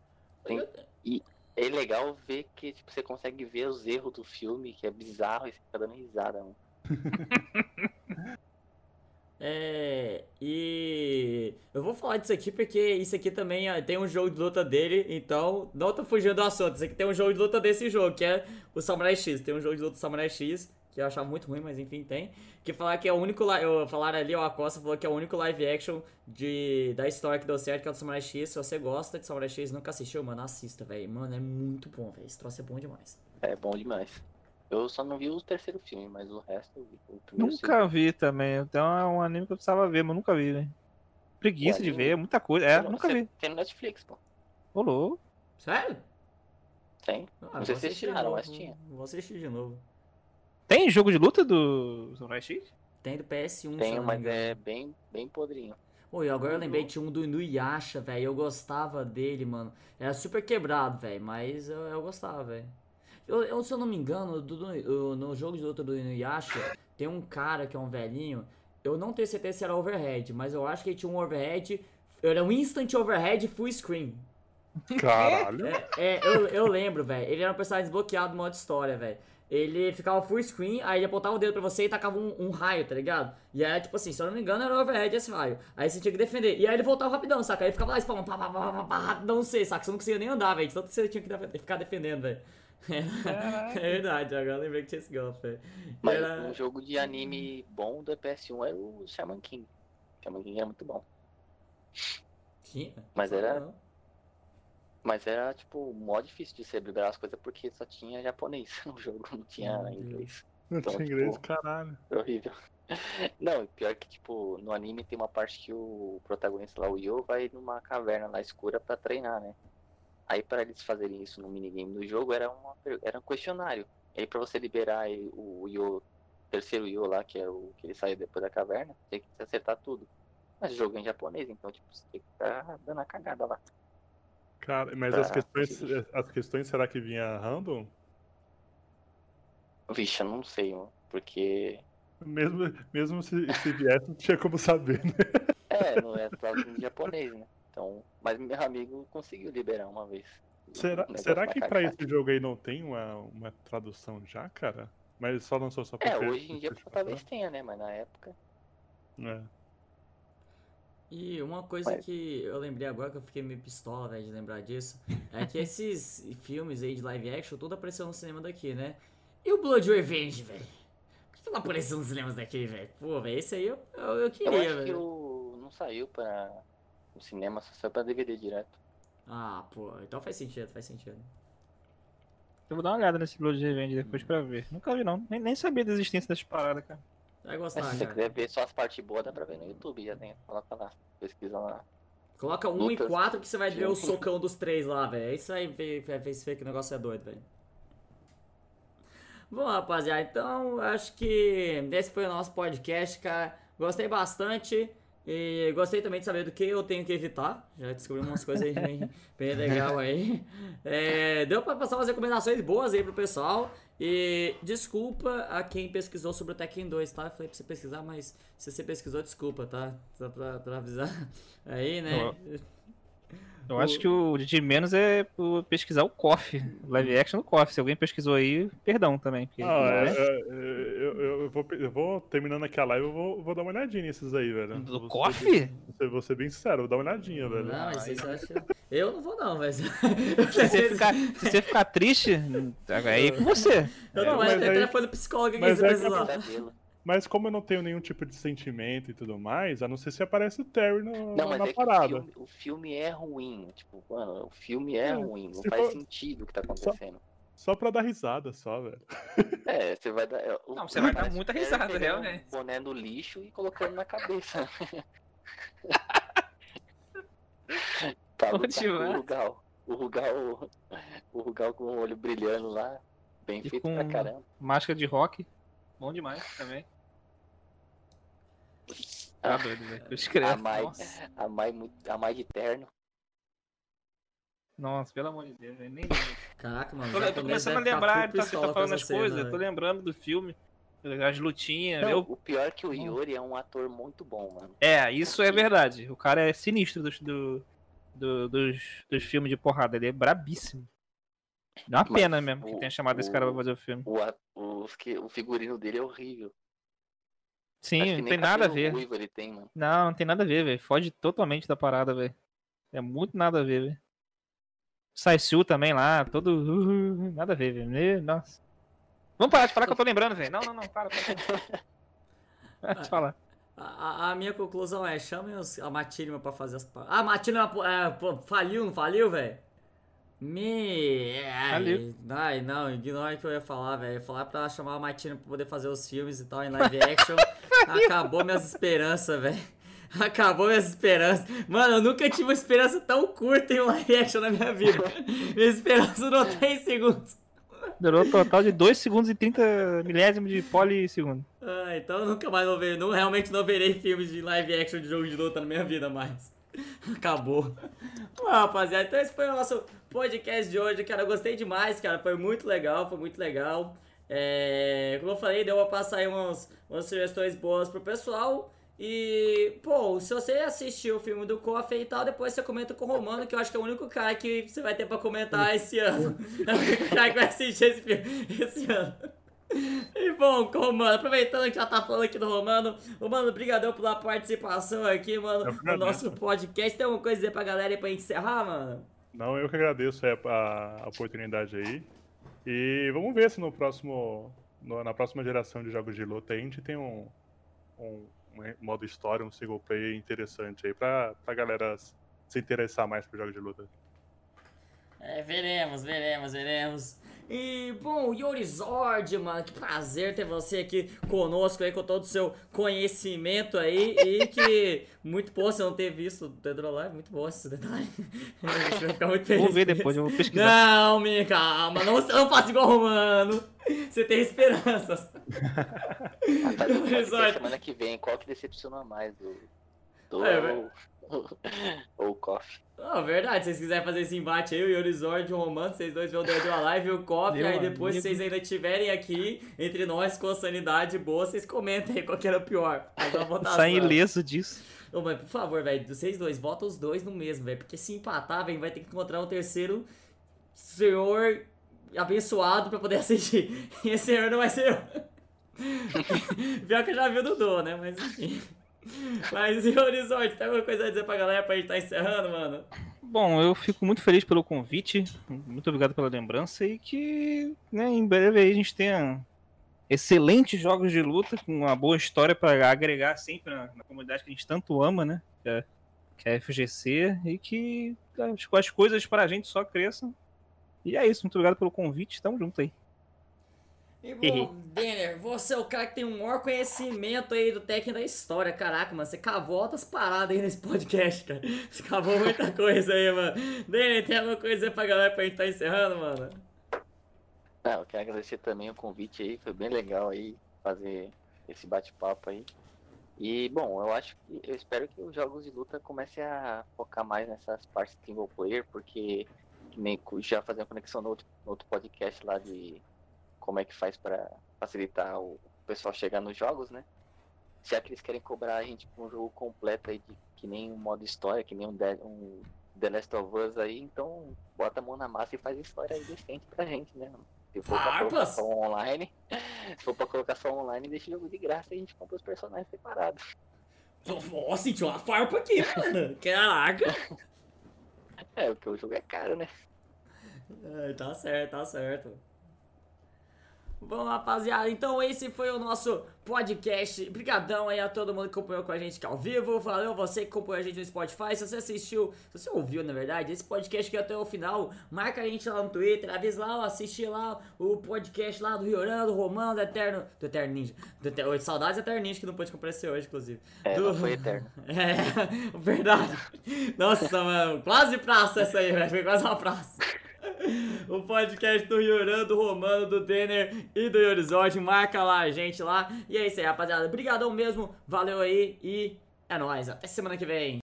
E é legal ver que tipo, você consegue ver os erros do filme, que é bizarro, e você fica dando risada, mano. E eu vou falar disso aqui porque isso aqui também tem um jogo de luta dele, então não tô fugindo do assunto. Isso aqui tem um jogo de luta desse jogo, que é o Samurai X. Tem um jogo de luta do Samurai X, que eu achava muito ruim, mas enfim, tem. Que falar que é o único. Falaram ali, o Acosta falou que é o único live action da história que deu certo, que é o do Samurai X. Se você gosta de Samurai X e nunca assistiu, mano, assista, velho. Mano, é muito bom, velho. Esse troço é bom demais. É bom demais. Eu só não vi o terceiro filme, mas o resto eu vi. O primeiro, Nunca vi também. Então é um anime que eu precisava ver, mas nunca vi, velho. Preguiça O de anime? ver, muita coisa. segundo. Nunca vi. Tem no Netflix, pô. Ô, louco. Sério? Tem. Ah, Não eu sei vou se vocês assistir de tiraram, novo, mas tinha. Vou assistir de novo. Tem jogo de luta do Samurai X? Tem do PS1, se eu Tem, não me mas engano. é bem podrinho. Oi, agora eu lembrei, tinha um do Inuyasha, velho. Eu gostava dele, mano. Era super quebrado, velho, mas eu gostava, velho. Se eu não me engano, no jogo de luta do Inuyasha, tem um cara que é um velhinho. Eu não tenho certeza se era overhead, mas eu acho que ele tinha um overhead. Era um instant overhead full screen. Caralho. Eu lembro, velho. Ele era um personagem desbloqueado no modo história, velho. Ele ficava full screen, aí ele apontava o dedo pra você e tacava um raio, tá ligado? E aí, tipo assim, se eu não me engano, era overhead esse raio. Aí você tinha que defender. E aí ele voltava rapidão, saca? Aí ele ficava lá spamando, rapidão, não sei, saca? Você não conseguia nem andar, velho. Tanto que você tinha que ficar defendendo, velho. É verdade, agora eu lembrei que tinha esse golpe, velho. Mas um jogo de anime bom do PS1 era o Shaman King. Shaman King era muito bom. Tinha? Mas Não era- não. Mas era, tipo, mó difícil de você liberar as coisas porque só tinha japonês no jogo, não tinha Meu Deus. inglês. Não Então, tinha tipo, inglês, caralho. Foi horrível. Não, pior que, tipo, no anime tem uma parte que o protagonista lá, o Yo, vai numa caverna lá escura pra treinar, né? Aí pra eles fazerem isso no minigame do jogo era um questionário. Aí pra você liberar o Yo, terceiro Yo lá, que é o que ele saiu depois da caverna, tem que acertar tudo. Mas o jogo é em japonês, então tipo, você tem que ficar dando a cagada lá. Cara, mas Pra as questões será que vinha random? Vixe, eu não sei, mano, porque... Mesmo se viesse, não tinha como saber, né? não é traduzido em japonês, né? Então, mas meu amigo conseguiu liberar uma vez. Será, Um negócio será que pra macacate. esse jogo aí não tem uma tradução já, cara? Mas só lançou só pra Hoje em dia talvez tenha, né? Mas na época... É. E uma coisa Mas- que eu lembrei agora, que eu fiquei meio pistola, velho, de lembrar disso, é que esses filmes aí de live action, tudo apareceu no cinema daqui, né? E o Blood Revenge, velho? Por que não apareceu nos cinemas daqui, velho? Pô, velho, esse aí eu Eu queria, acho que velho. não saiu para o cinema, só saiu pra DVD direto. Ah, pô, então faz sentido, faz sentido. Eu vou dar uma olhada nesse Blood Revenge depois pra ver. Nunca vi, não. Nem sabia da existência dessas paradas, cara. Vai Mas gostar, se você cara. quiser ver só as partes boas, dá pra ver no YouTube, já tem. Coloca lá, pesquisa lá. Coloca 1 e Lutas. 4 que você vai ver o Sim. socão dos três lá, velho. Aí você vai ver que o negócio é doido, velho. Bom, rapaziada, então acho que esse foi o nosso podcast, cara. Gostei bastante e gostei também de saber do que eu tenho que evitar. Já descobri umas coisas aí bem legal aí. Deu pra passar umas recomendações boas aí pro pessoal. E desculpa a quem pesquisou sobre o Tekken 2, tá? Eu falei pra você pesquisar, mas se você pesquisou, desculpa, tá? Só pra avisar aí, né? Eu acho que o de menos é pesquisar o KOF, live action do KOF. Se alguém pesquisou aí, perdão também. Porque, Eu vou terminando aqui a live, eu vou dar uma olhadinha nesses aí, velho. Do KOF? Vou ser bem sincero, vou dar uma olhadinha, velho. Não, mas você acha... Eu não vou não, mas... Se você ficar triste, aí é com você. Eu não, É, mas mas tem aí- telefone do psicólogo aqui, mas você é precisar. Pesadelo. Mas como eu não tenho nenhum tipo de sentimento e tudo mais, a não ser se aparece o Terry Não, mas na é que parada. o filme é ruim. Tipo, mano, o filme é ruim. Não se faz for- sentido o que tá acontecendo. Só pra dar risada, só, velho. Você vai dar. Não, você vai dar parece muita o Terry risada, pegando realmente. Um boné no lixo e colocando na cabeça. Pra lutar Ótimo, com né? o Rugal com o olho brilhando lá. Bem E feito com- pra caramba. Máscara de rock. Bom demais também. Tá doido, velho. Eu escrevo. A Mai, Nossa. a Mai de terno. Nossa, pelo amor de Deus, velho. Nem lembro. Caraca, mano. Eu tô japonês começando a deve ficar lembrar, full tá pistola com falando essa as coisas, cena, tô velho. lembrando do filme, as lutinhas. Não, o pior é que o Yori é um ator muito bom, mano. Isso é verdade. O cara é sinistro dos filmes de porrada. Ele é brabíssimo. É uma Mas pena mesmo que o- tenha chamado esse cara pra fazer o filme. O figurino dele é horrível. Sim, Acho que não nem tem nada a cabelo ver. ruivo ele tem, mano. Não tem nada a ver, velho. Foge totalmente da parada, velho. É muito nada a ver, velho. Saisu também lá, todo. Nada a ver, velho. Nossa. Vamos parar de falar que eu tô lembrando, velho. Não, para. Para de falar. A minha conclusão é, chamem a Matilma pra fazer as... Ah, a Matilma faliu, não faliu, velho? Faliu. Ai, não, ignora o que eu ia falar, velho. Eu ia falar pra chamar a Matilma pra poder fazer os filmes e tal, em live action. Acabou minhas esperanças, velho. Acabou minhas esperanças. Mano, eu nunca tive uma esperança tão curta em um live action na minha vida. Minha esperança não tem segundos. Durou um total de 2 segundos e 30 milésimos de polissegundo. Ah, então eu nunca mais vou ver. Realmente não verei filmes de live action de jogo de luta na minha vida mais. Acabou. Bom, rapaziada, então esse foi o nosso podcast de hoje, cara. Eu gostei demais, cara. Foi muito legal, foi muito legal. Como eu falei, deu pra passar aí umas sugestões boas pro pessoal. E, pô, se você assistiu o filme do Coffee e tal, depois você comenta com o Romano, que eu acho que é o único cara que você vai ter pra comentar esse ano. É o único cara que vai assistir esse filme esse ano. E bom, Romano, aproveitando que já tá falando aqui do Romano, brigadão pela participação aqui, mano, no nosso podcast. Tem alguma coisa a dizer pra galera aí pra gente encerrar, mano? Não, eu que agradeço a oportunidade aí. E vamos ver se na próxima geração de jogos de luta a gente tem um modo história, um single player interessante aí pra galera se interessar mais por jogos de luta. Veremos. E, bom, Yuri Zord, mano, que prazer ter você aqui conosco aí, com todo o seu conhecimento aí, e que, muito bom você não ter visto o Dead or Alive, muito bom esse detalhe. A gente vai ficar muito feliz. Vou ver depois, eu vou pesquisar. Não, minha calma, não faça igual o Romano, você tem esperanças. Yuri Zord, semana que vem, qual que decepciona mais ou o Coffee? Verdade, se vocês quiserem fazer esse embate aí, o Yuri Zord e o Romano, vocês dois vão dar uma live e o Coffee, aí depois se vocês ainda estiverem aqui, entre nós, com a sanidade boa, vocês comentem aí qual que era o pior. Sai ileso disso. Ô, mas por favor, velho, vocês dois, votam os dois no mesmo, velho, porque se empatar, velho, vai ter que encontrar um terceiro senhor abençoado pra poder assistir. E esse senhor não vai ser eu. Pior que eu já vi o Dudu, né, mas enfim... Mas, e Horizonte, tem alguma coisa a dizer pra galera pra gente tá encerrando, mano? Bom, eu fico muito feliz pelo convite, muito obrigado pela lembrança e que, né, em breve aí a gente tenha excelentes jogos de luta com uma boa história pra agregar sempre na comunidade que a gente tanto ama, né, que é a FGC, e que as coisas pra gente só cresçam. E é isso, muito obrigado pelo convite, tamo junto aí. E bom, Denner, você é o cara que tem o maior conhecimento aí do Tekken da história. Caraca, mano, você cavou altas paradas aí nesse podcast, cara. Você cavou muita coisa aí, mano. Denner, tem alguma coisa aí pra galera pra gente tá encerrando, mano? Não, eu quero agradecer também o convite aí, foi bem legal aí fazer esse bate-papo aí. E, bom, eu espero que os jogos de luta comecem a focar mais nessas partes single player, porque nem já fazer uma conexão no outro podcast lá de como é que faz para facilitar o pessoal chegar nos jogos, né? Já que eles querem cobrar a gente por um jogo completo aí, que nem um modo história, que nem um The Last of Us aí, então bota a mão na massa e faz história aí decente pra gente, né? Se for pra colocar só online, deixa o jogo de graça e a gente compra os personagens separados. Nossa, sentiu uma farpa aqui, mano. Caraca. Porque o jogo é caro, né? Tá certo. Bom, rapaziada, então esse foi o nosso podcast. Obrigadão aí a todo mundo que acompanhou com a gente aqui ao vivo. Valeu você que acompanhou a gente no Spotify. Se você ouviu, na verdade, esse podcast aqui até o final, marca a gente lá no Twitter, avisa lá, assiste lá o podcast lá do Rioran, do Romano, do Eterno Ninja. Saudades do Eterno Ninja, que não pôde comparecer hoje, inclusive. Não foi Eterno. Verdade. Nossa, mano, quase praça essa aí, velho. Foi quase uma praça. O podcast do Rioran, do Romano, do Denner e do Yorizord. Marca lá a gente lá. E é isso aí, rapaziada. Obrigadão mesmo. Valeu aí e é nóis. Até semana que vem.